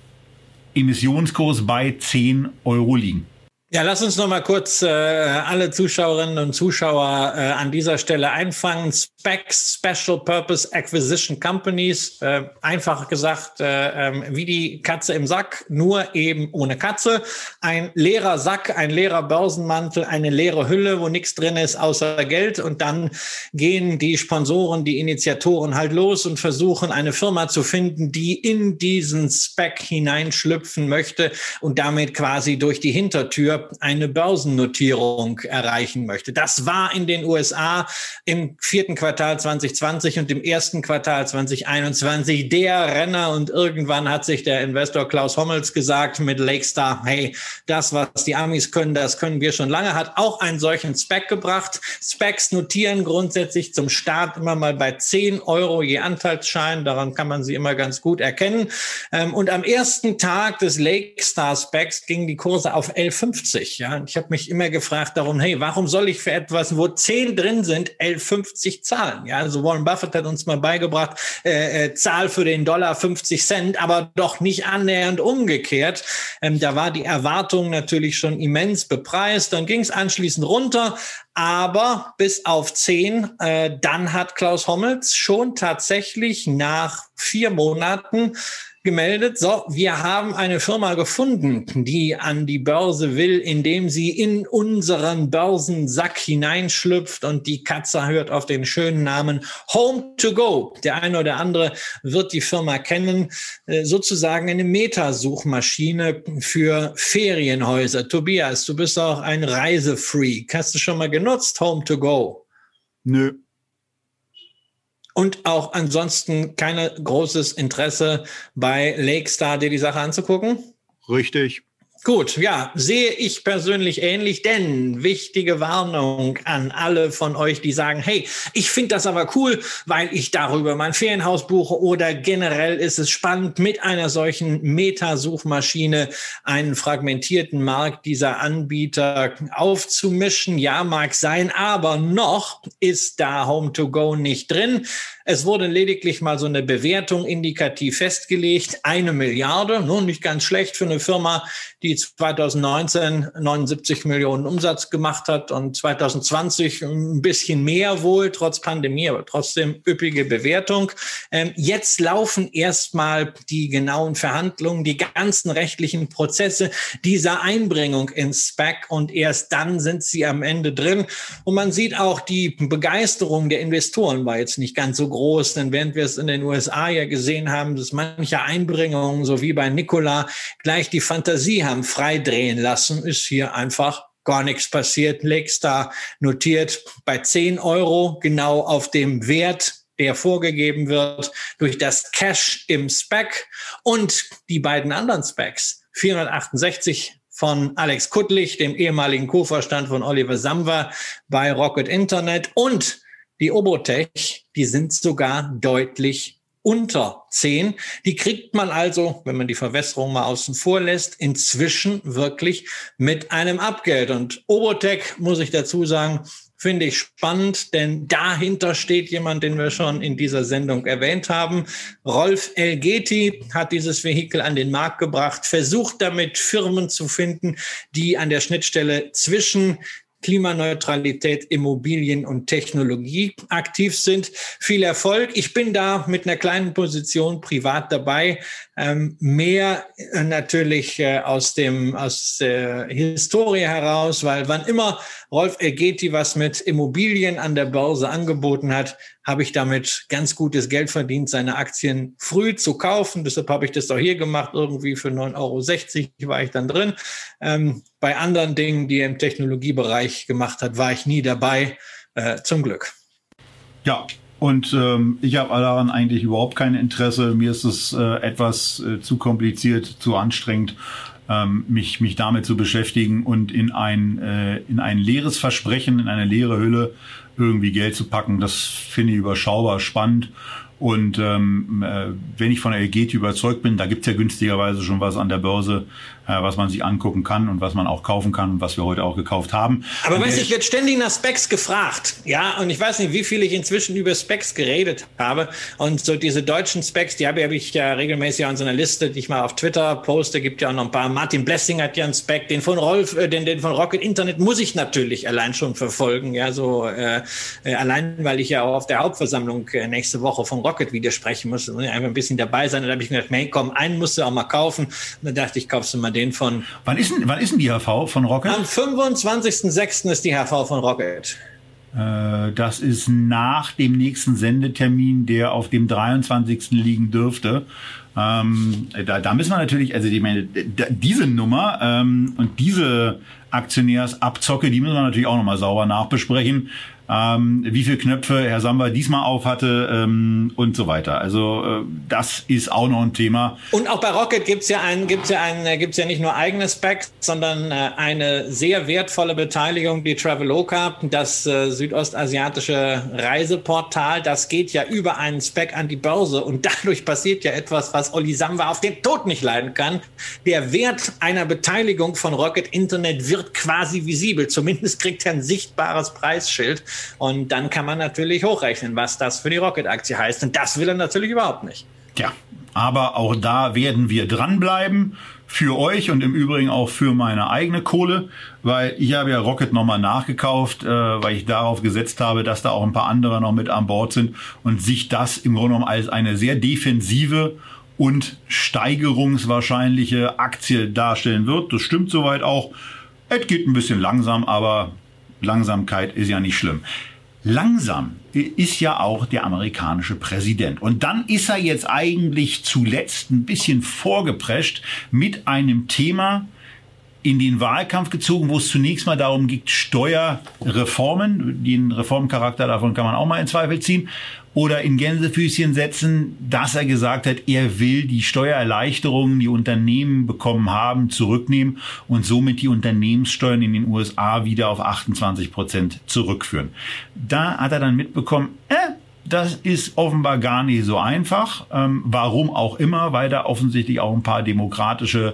Speaker 2: Emissionskurs bei 10 Euro liegen.
Speaker 3: Ja, lass uns noch mal kurz alle Zuschauerinnen und Zuschauer an dieser Stelle einfangen. SPACs, Special Purpose Acquisition Companies, einfach gesagt wie die Katze im Sack, nur eben ohne Katze. Ein leerer Sack, ein leerer Börsenmantel, eine leere Hülle, wo nichts drin ist außer Geld. Und dann gehen die Sponsoren, die Initiatoren halt los und versuchen, eine Firma zu finden, die in diesen SPAC hineinschlüpfen möchte und damit quasi durch die Hintertür eine Börsennotierung erreichen möchte. Das war in den USA im 4. Quartal 2020 und im 1. Quartal 2021 der Renner und irgendwann hat sich der Investor Klaus Hommels gesagt mit Lakestar, hey, das, was die Amis können, das können wir schon lange, hat auch einen solchen SPAC gebracht. SPACs notieren grundsätzlich zum Start immer mal bei 10 Euro je Anteilsschein, daran kann man sie immer ganz gut erkennen. Und am ersten Tag des Lakestar SPACs gingen die Kurse auf 11,50. Ja, und ich habe mich immer gefragt darum, hey, warum soll ich für etwas, wo 10 drin sind, 11,50 zahlen? Ja, also Warren Buffett hat uns mal beigebracht, zahl für den Dollar 50 Cent, aber doch nicht annähernd umgekehrt. Da war die Erwartung natürlich schon immens bepreist. Dann ging es anschließend runter, aber bis auf 10. Dann hat Klaus Hommels schon tatsächlich nach 4 Monaten gemeldet, so, wir haben eine Firma gefunden, die an die Börse will, indem sie in unseren Börsensack hineinschlüpft und die Katze hört auf den schönen Namen Home2Go. Der eine oder andere wird die Firma kennen, sozusagen eine Metasuchmaschine für Ferienhäuser. Tobias, du bist auch ein Reisefreak. Hast du schon mal genutzt, Home2Go?
Speaker 2: Nö.
Speaker 3: Und auch ansonsten kein großes Interesse bei Lakestar, dir die Sache anzugucken?
Speaker 2: Richtig.
Speaker 3: Gut, ja, sehe ich persönlich ähnlich, denn wichtige Warnung an alle von euch, die sagen, hey, ich finde das aber cool, weil ich darüber mein Ferienhaus buche oder generell ist es spannend, mit einer solchen Metasuchmaschine einen fragmentierten Markt dieser Anbieter aufzumischen. Ja, mag sein, aber noch ist da Home2Go nicht drin. Es wurde lediglich mal so eine Bewertung indikativ festgelegt, 1 Milliarde, nur nicht ganz schlecht für eine Firma, die die 2019 79 Millionen Umsatz gemacht hat und 2020 ein bisschen mehr wohl, trotz Pandemie, aber trotzdem üppige Bewertung. Jetzt laufen erstmal die genauen Verhandlungen, die ganzen rechtlichen Prozesse dieser Einbringung ins SPAC und erst dann sind sie am Ende drin. Und man sieht auch, die Begeisterung der Investoren war jetzt nicht ganz so groß, denn während wir es in den USA ja gesehen haben, dass manche Einbringungen, so wie bei Nikola, gleich die Fantasie haben freidrehen lassen, ist hier einfach gar nichts passiert. Lakestar notiert bei 10 €, genau auf dem Wert, der vorgegeben wird durch das Cash im SPAC, und die beiden anderen SPACs, 468 von Alex Kuttlich, dem ehemaligen Co-Vorstand von Oliver Samwer bei Rocket Internet, und die Obrotech, die sind sogar deutlich unter 10. Die kriegt man also, wenn man die Verwässerung mal außen vor lässt, inzwischen wirklich mit einem Abgeld. Und Obrotech, muss ich dazu sagen, finde ich spannend, denn dahinter steht jemand, den wir schon in dieser Sendung erwähnt haben. Rolf Elgeti hat dieses Vehikel an den Markt gebracht, versucht damit Firmen zu finden, die an der Schnittstelle zwischen Klimaneutralität, Immobilien und Technologie aktiv sind. Viel Erfolg. Ich bin da mit einer kleinen Position privat dabei. Mehr natürlich aus der Historie heraus, weil wann immer Rolf Elgeti was mit Immobilien an der Börse angeboten hat, habe ich damit ganz gutes Geld verdient, seine Aktien früh zu kaufen. Deshalb habe ich das auch hier gemacht. Irgendwie für 9,60 € war ich dann drin. Bei anderen Dingen, die er im Technologiebereich gemacht hat, war ich nie dabei. Zum Glück.
Speaker 2: Ja. Und ich habe daran eigentlich überhaupt kein Interesse. Mir ist es etwas zu kompliziert, zu anstrengend, mich damit zu beschäftigen und in ein leeres Versprechen, in eine leere Hülle irgendwie Geld zu packen. Das finde ich überschaubar spannend. Und wenn ich von der Elgeti überzeugt bin, da gibt's ja günstigerweise schon was an der Börse, was man sich angucken kann und was man auch kaufen kann und was wir heute auch gekauft haben.
Speaker 3: Aber weißt du, ich werde ständig nach Specs gefragt. Ja, und ich weiß nicht, wie viel ich inzwischen über Specs geredet habe. Und so diese deutschen Specs, die habe ich ja regelmäßig an so einer Liste, die ich mal auf Twitter poste. Gibt ja auch noch ein paar. Martin Blessing hat ja einen Spec. Den von Rolf, den von Rocket Internet muss ich natürlich allein schon verfolgen. Ja, so allein, weil ich ja auch auf der Hauptversammlung nächste Woche von Rocket widersprechen muss. Da muss ich einfach ein bisschen dabei sein. Und da habe ich mir gedacht, hey, komm, einen musst du auch mal kaufen. Und dann dachte ich, kaufst du mal den von...
Speaker 2: Wann ist denn die HV von Rocket?
Speaker 3: Am 25.06. ist die HV von Rocket.
Speaker 2: Das ist nach dem nächsten Sendetermin, der auf dem 23. liegen dürfte. Da müssen wir natürlich, also ich meine, diese Nummer und diese Aktionärsabzocke, die müssen wir natürlich auch nochmal sauber nachbesprechen. Wie viele Knöpfe Herr Samwer diesmal auf hatte und so weiter. Also das ist auch noch ein Thema.
Speaker 3: Und auch bei Rocket gibt's ja nicht nur eigene Specs, sondern eine sehr wertvolle Beteiligung, die Traveloka, das südostasiatische Reiseportal. Das geht ja über einen Spec an die Börse und dadurch passiert ja etwas, was Olli Samwer auf den Tod nicht leiden kann. Der Wert einer Beteiligung von Rocket Internet wird quasi visibel. Zumindest kriegt er ein sichtbares Preisschild. Und dann kann man natürlich hochrechnen, was das für die Rocket-Aktie heißt. Und das will er natürlich überhaupt nicht.
Speaker 2: Ja, aber auch da werden wir dranbleiben. Für euch und im Übrigen auch für meine eigene Kohle. Weil ich habe ja Rocket nochmal nachgekauft, weil ich darauf gesetzt habe, dass da auch ein paar andere noch mit an Bord sind. Und sich das im Grunde genommen als eine sehr defensive und steigerungswahrscheinliche Aktie darstellen wird. Das stimmt soweit auch. Es geht ein bisschen langsam, aber Langsamkeit ist ja nicht schlimm. Langsam ist ja auch der amerikanische Präsident. Und dann ist er jetzt eigentlich zuletzt ein bisschen vorgeprescht mit einem Thema in den Wahlkampf gezogen, wo es zunächst mal darum geht, Steuerreformen, den Reformcharakter davon kann man auch mal in Zweifel ziehen, oder in Gänsefüßchen setzen, dass er gesagt hat, er will die Steuererleichterungen, die Unternehmen bekommen haben, zurücknehmen und somit die Unternehmenssteuern in den USA wieder auf 28% zurückführen. Da hat er dann mitbekommen, das ist offenbar gar nicht so einfach. Warum auch immer, weil da offensichtlich auch ein paar demokratische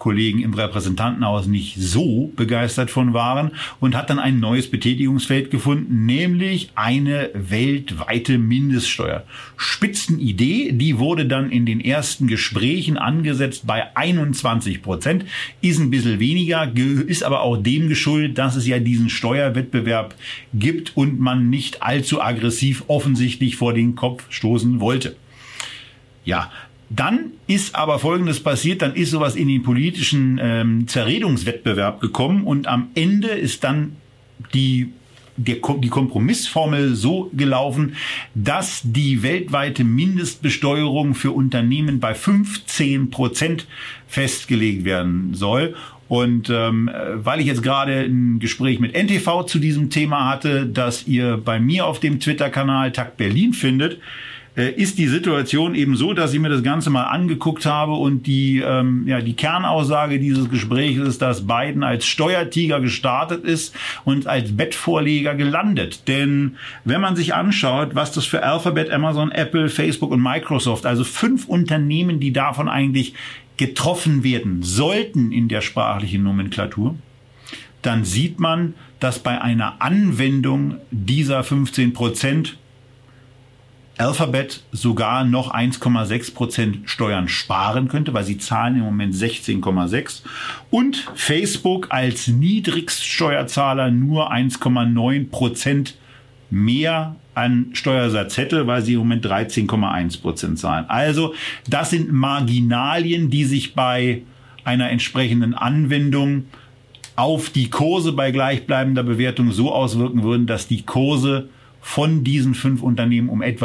Speaker 2: Kollegen im Repräsentantenhaus nicht so begeistert von waren und hat dann ein neues Betätigungsfeld gefunden, nämlich eine weltweite Mindeststeuer. Spitzenidee, die wurde dann in den ersten Gesprächen angesetzt bei 21%, ist ein bisschen weniger, ist aber auch dem geschuldet, dass es ja diesen Steuerwettbewerb gibt und man nicht allzu aggressiv offensichtlich vor den Kopf stoßen wollte. Ja, dann ist aber Folgendes passiert, dann ist sowas in den politischen Zerredungswettbewerb gekommen und am Ende ist dann die Kompromissformel so gelaufen, dass die weltweite Mindestbesteuerung für Unternehmen bei 15% festgelegt werden soll. Und weil ich jetzt gerade ein Gespräch mit NTV zu diesem Thema hatte, das ihr bei mir auf dem Twitter-Kanal Takt Berlin findet, ist die Situation eben so, dass ich mir das Ganze mal angeguckt habe und die Kernaussage dieses Gesprächs ist, dass Biden als Steuertiger gestartet ist und als Bettvorleger gelandet. Denn wenn man sich anschaut, was das für Alphabet, Amazon, Apple, Facebook und Microsoft, also 5 Unternehmen, die davon eigentlich getroffen werden sollten in der sprachlichen Nomenklatur, dann sieht man, dass bei einer Anwendung dieser 15% Alphabet sogar noch 1,6% Steuern sparen könnte, weil sie zahlen im Moment 16,6%. Und Facebook als Niedrigststeuerzahler nur 1,9% mehr an Steuersatz hätte, weil sie im Moment 13,1% zahlen. Also das sind Marginalien, die sich bei einer entsprechenden Anwendung auf die Kurse bei gleichbleibender Bewertung so auswirken würden, dass die Kurse von diesen 5 Unternehmen um etwa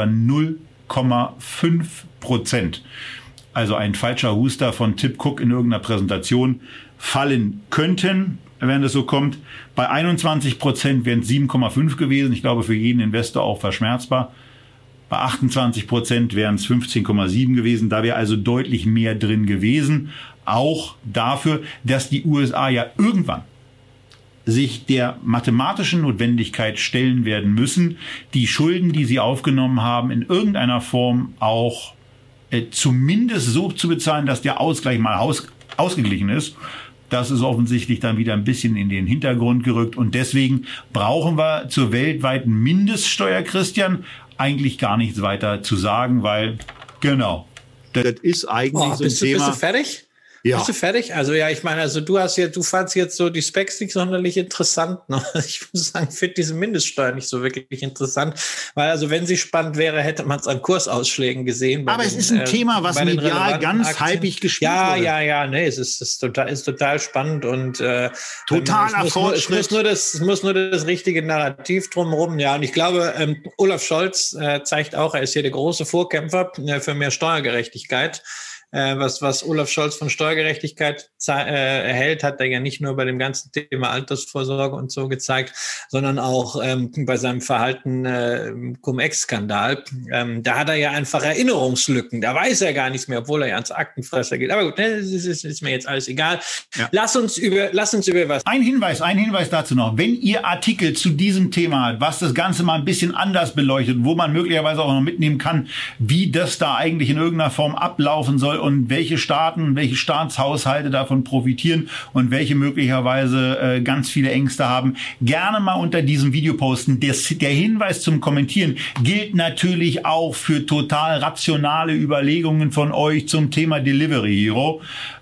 Speaker 2: 0,5%, also ein falscher Huster von Tim Cook in irgendeiner Präsentation, fallen könnten, wenn das so kommt. Bei 21% wären es 7,5 gewesen. Ich glaube, für jeden Investor auch verschmerzbar. Bei 28% wären es 15,7 gewesen. Da wäre also deutlich mehr drin gewesen. Auch dafür, dass die USA ja irgendwann sich der mathematischen Notwendigkeit stellen werden müssen, die Schulden, die sie aufgenommen haben, in irgendeiner Form auch zumindest so zu bezahlen, dass der Ausgleich mal ausgeglichen ist. Das ist offensichtlich dann wieder ein bisschen in den Hintergrund gerückt. Und deswegen brauchen wir zur weltweiten Mindeststeuer, Christian, eigentlich gar nichts weiter zu sagen, weil, genau. Das ist eigentlich so ein Thema.
Speaker 3: Bist du fertig?
Speaker 2: Ja.
Speaker 3: Bist du fertig? Also ja, ich meine, also du fandst jetzt so die Specs nicht sonderlich interessant. Ne? Ich muss sagen, ich finde diese Mindeststeuer nicht so wirklich interessant, weil also wenn sie spannend wäre, hätte man es an Kursausschlägen gesehen.
Speaker 2: Aber es ist ein Thema, was medial ganz hypig gespielt wird.
Speaker 3: Ja, nee, es ist total spannend und
Speaker 2: totaler Fortschritt.
Speaker 3: Es muss nur das richtige Narrativ drumherum. Ja, und ich glaube, Olaf Scholz zeigt auch, er ist hier der große Vorkämpfer für mehr Steuergerechtigkeit. Was Olaf Scholz von Steuergerechtigkeit erhält, hat er ja nicht nur bei dem ganzen Thema Altersvorsorge und so gezeigt, sondern auch bei seinem Verhalten Cum-Ex-Skandal. Da hat er ja einfach Erinnerungslücken. Da weiß er gar nichts mehr, obwohl er ja ans Aktenfresser geht. Aber gut, das ist mir jetzt alles egal. Ja. Lass uns über was.
Speaker 2: Ein Hinweis dazu noch. Wenn ihr Artikel zu diesem Thema habt, was das Ganze mal ein bisschen anders beleuchtet, wo man möglicherweise auch noch mitnehmen kann, wie das da eigentlich in irgendeiner Form ablaufen soll, und welche Staaten, welche Staatshaushalte davon profitieren und welche möglicherweise ganz viele Ängste haben, gerne mal unter diesem Video posten. Der Hinweis zum Kommentieren gilt natürlich auch für total rationale Überlegungen von euch zum Thema Delivery Hero.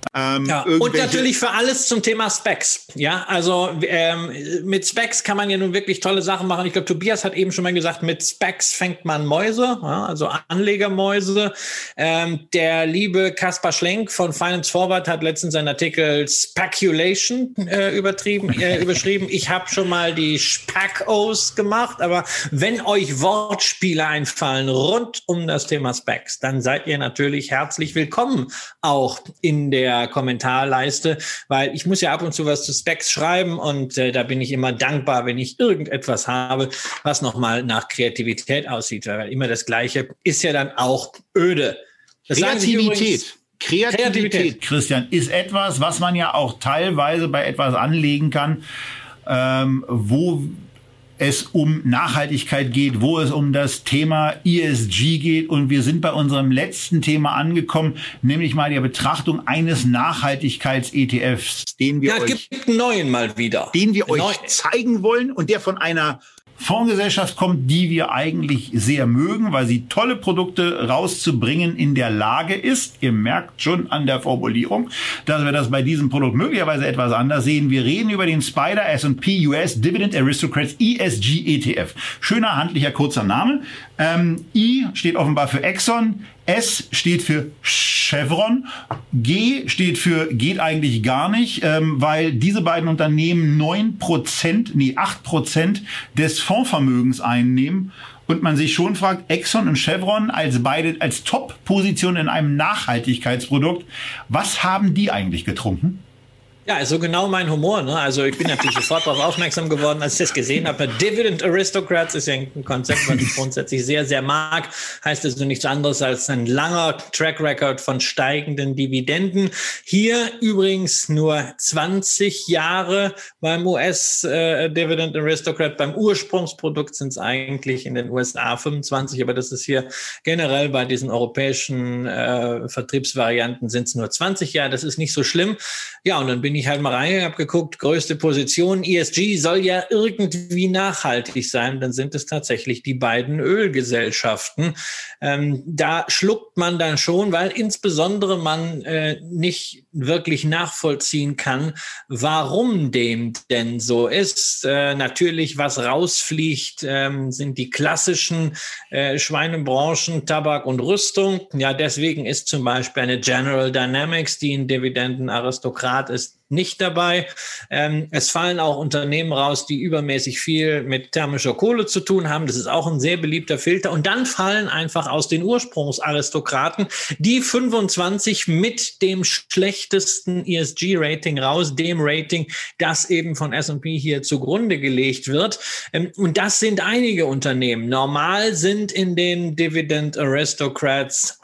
Speaker 3: Und natürlich für alles zum Thema Specs. Ja, also mit Specs kann man ja nun wirklich tolle Sachen machen. Ich glaube, Tobias hat eben schon mal gesagt, mit Specs fängt man Mäuse, ja, also Anlegermäuse. Der liebe Kaspar Schlenk von Finance Forward hat letztens einen Artikel Speculation überschrieben. Ich habe schon mal die Specos gemacht, aber wenn euch Wortspiele einfallen rund um das Thema Specs, dann seid ihr natürlich herzlich willkommen auch in der Kommentarleiste, weil ich muss ja ab und zu was zu Specs schreiben und da bin ich immer dankbar, wenn ich irgendetwas habe, was nochmal nach Kreativität aussieht, weil immer das Gleiche ist ja dann auch öde.
Speaker 2: Kreativität, Christian, ist etwas, was man ja auch teilweise bei etwas anlegen kann, wo es um Nachhaltigkeit geht, wo es um das Thema ESG geht. Und wir sind bei unserem letzten Thema angekommen, nämlich mal der Betrachtung eines Nachhaltigkeits-ETFs, den wir
Speaker 3: gibt einen neuen mal wieder.
Speaker 2: Den wir euch zeigen wollen und der von einer Fondsgesellschaft kommt, die wir eigentlich sehr mögen, weil sie tolle Produkte rauszubringen in der Lage ist. Ihr merkt schon an der Formulierung, dass wir das bei diesem Produkt möglicherweise etwas anders sehen. Wir reden über den Spider S&P US Dividend Aristocrats ESG ETF. Schöner, handlicher, kurzer Name. I steht offenbar für Exxon, S steht für Chevron, G steht für geht eigentlich gar nicht, weil diese beiden Unternehmen 8% des Fondsvermögens einnehmen und man sich schon fragt, Exxon und Chevron als Top-Position in einem Nachhaltigkeitsprodukt, was haben die eigentlich getrunken?
Speaker 3: Ja, also genau mein Humor, ne? Also ich bin natürlich sofort darauf aufmerksam geworden, als ich das gesehen habe. Dividend Aristocrats ist ja ein Konzept, was ich grundsätzlich sehr, sehr mag. Heißt also nichts anderes als ein langer Track Record von steigenden Dividenden. Hier übrigens nur 20 Jahre beim US Dividend Aristocrat. Beim Ursprungsprodukt sind es eigentlich in den USA 25, aber das ist hier generell bei diesen europäischen Vertriebsvarianten sind es nur 20 Jahre. Das ist nicht so schlimm. Ja, und dann bin ich halt mal rein, habe geguckt, größte Position, ESG soll ja irgendwie nachhaltig sein, dann sind es tatsächlich die beiden Ölgesellschaften. Da schluckt man dann schon, weil insbesondere man nicht wirklich nachvollziehen kann, warum dem denn so ist. Natürlich, was rausfliegt, sind die klassischen Schweinebranchen, Tabak und Rüstung. Ja, deswegen ist zum Beispiel eine General Dynamics, die ein Dividendenaristokrat ist, nicht dabei. Es fallen auch Unternehmen raus, die übermäßig viel mit thermischer Kohle zu tun haben. Das ist auch ein sehr beliebter Filter. Und dann fallen einfach aus den Ursprungsaristokraten die 25 mit dem schlechtesten ESG-Rating raus, dem Rating, das eben von S&P hier zugrunde gelegt wird. Und das sind einige Unternehmen. Normal sind in den Dividend Aristocrats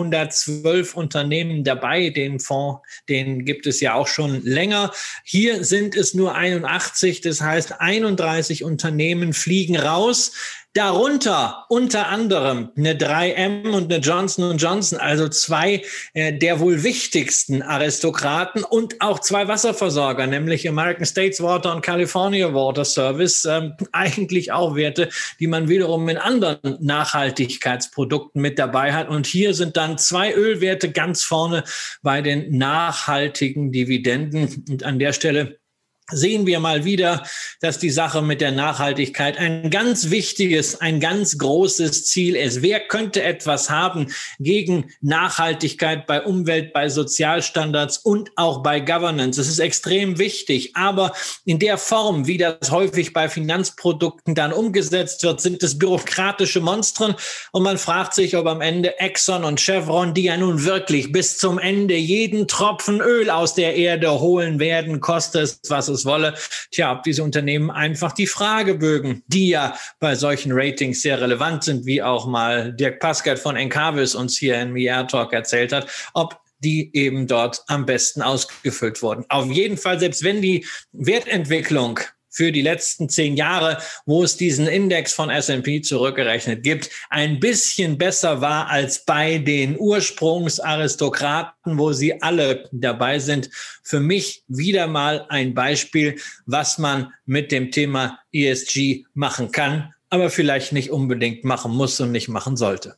Speaker 3: 112 Unternehmen dabei. Den Fonds, den gibt es ja auch schon länger. Hier sind es nur 81, das heißt 31 Unternehmen fliegen raus. Darunter unter anderem eine 3M und eine Johnson & Johnson, also zwei der wohl wichtigsten Aristokraten und auch zwei Wasserversorger, nämlich American States Water und California Water Service, eigentlich auch Werte, die man wiederum in anderen Nachhaltigkeitsprodukten mit dabei hat. Und hier sind dann zwei Ölwerte ganz vorne bei den nachhaltigen Dividenden. Und an der Stelle sehen wir mal wieder, dass die Sache mit der Nachhaltigkeit ein ganz wichtiges, ein ganz großes Ziel ist. Wer könnte etwas haben gegen Nachhaltigkeit bei Umwelt, bei Sozialstandards und auch bei Governance? Es ist extrem wichtig, aber in der Form, wie das häufig bei Finanzprodukten dann umgesetzt wird, sind es bürokratische Monstren und man fragt sich, ob am Ende Exxon und Chevron, die ja nun wirklich bis zum Ende jeden Tropfen Öl aus der Erde holen werden, koste es, was es wolle. Tja, ob diese Unternehmen einfach die Fragebögen, die ja bei solchen Ratings sehr relevant sind, wie auch mal Dirk Paskat von Encavis uns hier in VR Talk erzählt hat, ob die eben dort am besten ausgefüllt wurden. Auf jeden Fall, selbst wenn die Wertentwicklung für die letzten 10 Jahre, wo es diesen Index von S&P zurückgerechnet gibt, ein bisschen besser war als bei den Ursprungsaristokraten, wo sie alle dabei sind. Für mich wieder mal ein Beispiel, was man mit dem Thema ESG machen kann, aber vielleicht nicht unbedingt machen muss und nicht machen sollte.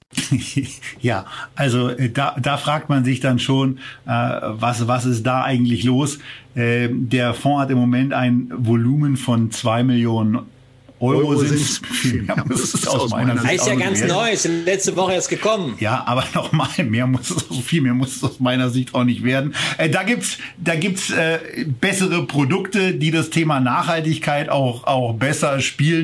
Speaker 2: Ja, also da fragt man sich dann schon, was ist da eigentlich los? Der Fonds hat im Moment ein Volumen von 2 Millionen Euro. Viel mehr muss es aus meiner Sicht
Speaker 3: ist ja ganz neu, ist letzte Woche erst gekommen.
Speaker 2: Ja, aber nochmal, viel mehr muss es aus meiner Sicht auch nicht werden. Da gibt's bessere Produkte, die das Thema Nachhaltigkeit auch besser spielen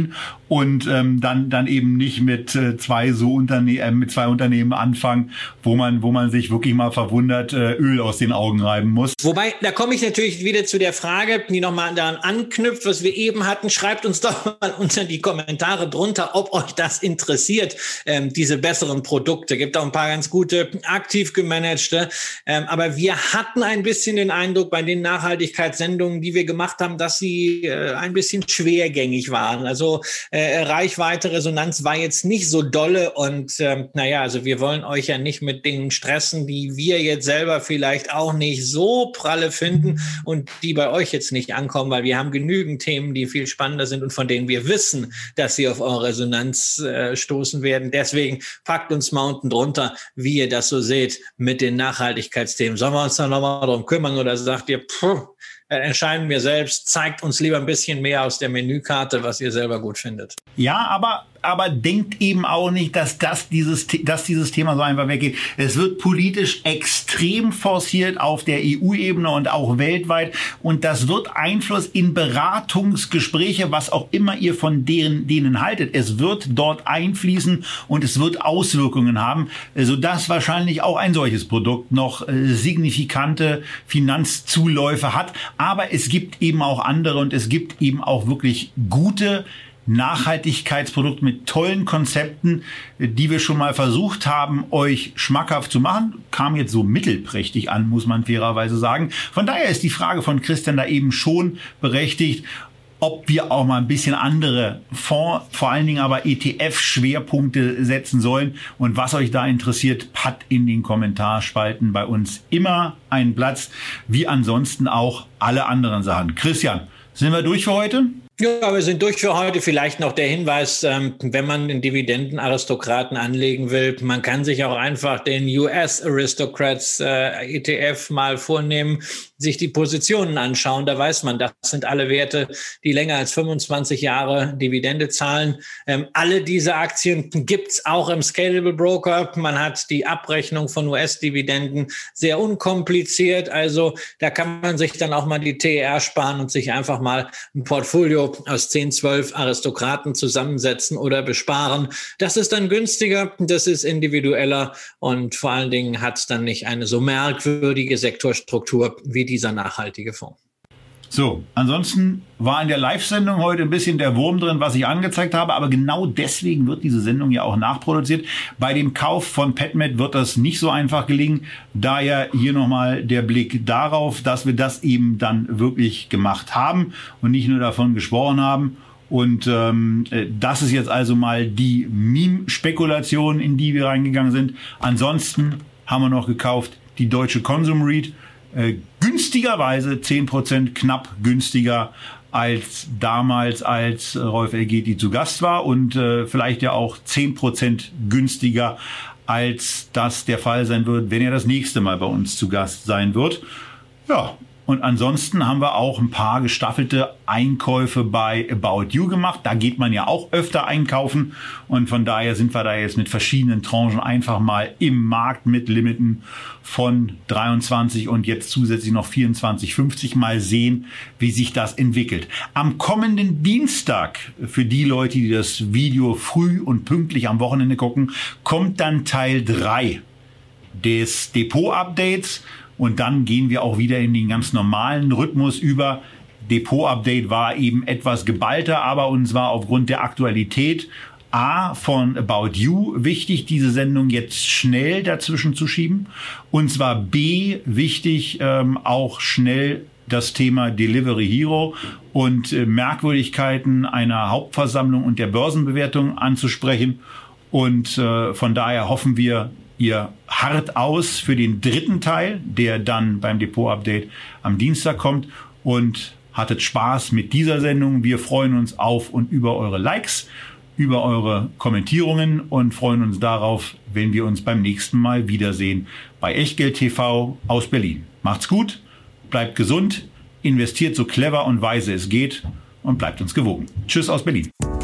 Speaker 2: und dann eben nicht mit zwei Unternehmen anfangen, wo man sich wirklich mal verwundert Öl aus den Augen reiben muss.
Speaker 3: Wobei, da komme ich natürlich wieder zu der Frage, die nochmal daran anknüpft, was wir eben hatten. Schreibt uns doch mal unter die Kommentare drunter, ob euch das interessiert, diese besseren Produkte. Gibt auch ein paar ganz gute, aktiv gemanagte. Aber wir hatten ein bisschen den Eindruck bei den Nachhaltigkeitssendungen, die wir gemacht haben, dass sie ein bisschen schwergängig waren. Also Reichweite, Resonanz war jetzt nicht so dolle und also wir wollen euch ja nicht mit Dingen stressen, die wir jetzt selber vielleicht auch nicht so pralle finden und die bei euch jetzt nicht ankommen, weil wir haben genügend Themen, die viel spannender sind und von denen wir wissen, dass sie auf eure Resonanz stoßen werden. Deswegen packt uns mal unten drunter, wie ihr das so seht mit den Nachhaltigkeitsthemen. Sollen wir uns da nochmal drum kümmern oder sagt ihr, entscheiden wir selbst, zeigt uns lieber ein bisschen mehr aus der Menükarte, was ihr selber gut findet.
Speaker 2: Ja, aber denkt eben auch nicht, dass dieses Thema so einfach weggeht. Es wird politisch extrem forciert auf der EU-Ebene und auch weltweit und das wird Einfluss in Beratungsgespräche, was auch immer ihr von denen haltet. Es wird dort einfließen und es wird Auswirkungen haben, sodass wahrscheinlich auch ein solches Produkt noch signifikante Finanzzuläufe hat. Aber es gibt eben auch andere und es gibt eben auch wirklich gute Nachhaltigkeitsprodukte mit tollen Konzepten, die wir schon mal versucht haben, euch schmackhaft zu machen. Kam jetzt so mittelprächtig an, muss man fairerweise sagen. Von daher ist die Frage von Christian da eben schon berechtigt, ob wir auch mal ein bisschen andere Fonds, vor allen Dingen aber ETF-Schwerpunkte setzen sollen. Und was euch da interessiert, hat in den Kommentarspalten bei uns immer einen Platz, wie ansonsten auch alle anderen Sachen. Christian, sind wir durch für heute?
Speaker 3: Ja, wir sind durch für heute. Vielleicht noch der Hinweis, wenn man den Dividendenaristokraten anlegen will, man kann sich auch einfach den US Aristocrats ETF mal vornehmen, sich die Positionen anschauen. Da weiß man, das sind alle Werte, die länger als 25 Jahre Dividende zahlen. Alle diese Aktien gibt's auch im Scalable Broker. Man hat die Abrechnung von US-Dividenden sehr unkompliziert. Also da kann man sich dann auch mal die TER sparen und sich einfach mal ein Portfolio aus 10, 12 Aristokraten zusammensetzen oder besparen. Das ist dann günstiger, das ist individueller und vor allen Dingen hat es dann nicht eine so merkwürdige Sektorstruktur wie dieser nachhaltige Fonds.
Speaker 2: So, ansonsten war in der Live-Sendung heute ein bisschen der Wurm drin, was ich angezeigt habe, aber genau deswegen wird diese Sendung ja auch nachproduziert. Bei dem Kauf von PetMed wird das nicht so einfach gelingen. Daher hier nochmal der Blick darauf, dass wir das eben dann wirklich gemacht haben und nicht nur davon gesprochen haben. Und das ist jetzt also mal die Meme-Spekulation, in die wir reingegangen sind. Ansonsten haben wir noch gekauft die Deutsche Konsum REIT. Günstigerweise 10% knapp günstiger als damals, als Rolf Elgeti zu Gast war und vielleicht ja auch 10% günstiger, als das der Fall sein wird, wenn er das nächste Mal bei uns zu Gast sein wird. Ja, und ansonsten haben wir auch ein paar gestaffelte Einkäufe bei About You gemacht. Da geht man ja auch öfter einkaufen und von daher sind wir da jetzt mit verschiedenen Tranchen einfach mal im Markt mit Limiten von 23 und jetzt zusätzlich noch 24,50 mal sehen, wie sich das entwickelt. Am kommenden Dienstag, für die Leute, die das Video früh und pünktlich am Wochenende gucken, kommt dann Teil 3 des Depot-Updates. Und dann gehen wir auch wieder in den ganz normalen Rhythmus über. Depot-Update war eben etwas geballter, aber uns war aufgrund der Aktualität von About You wichtig, diese Sendung jetzt schnell dazwischen zu schieben. Und zwar B, wichtig, auch schnell das Thema Delivery Hero und Merkwürdigkeiten einer Hauptversammlung und der Börsenbewertung anzusprechen. Und von daher hoffen wir, ihr hart aus für den dritten Teil, der dann beim Depot-Update am Dienstag kommt und hattet Spaß mit dieser Sendung. Wir freuen uns auf und über eure Likes, über eure Kommentierungen und freuen uns darauf, wenn wir uns beim nächsten Mal wiedersehen bei Echtgeld TV aus Berlin. Macht's gut, bleibt gesund, investiert so clever und weise es geht und bleibt uns gewogen. Tschüss aus Berlin.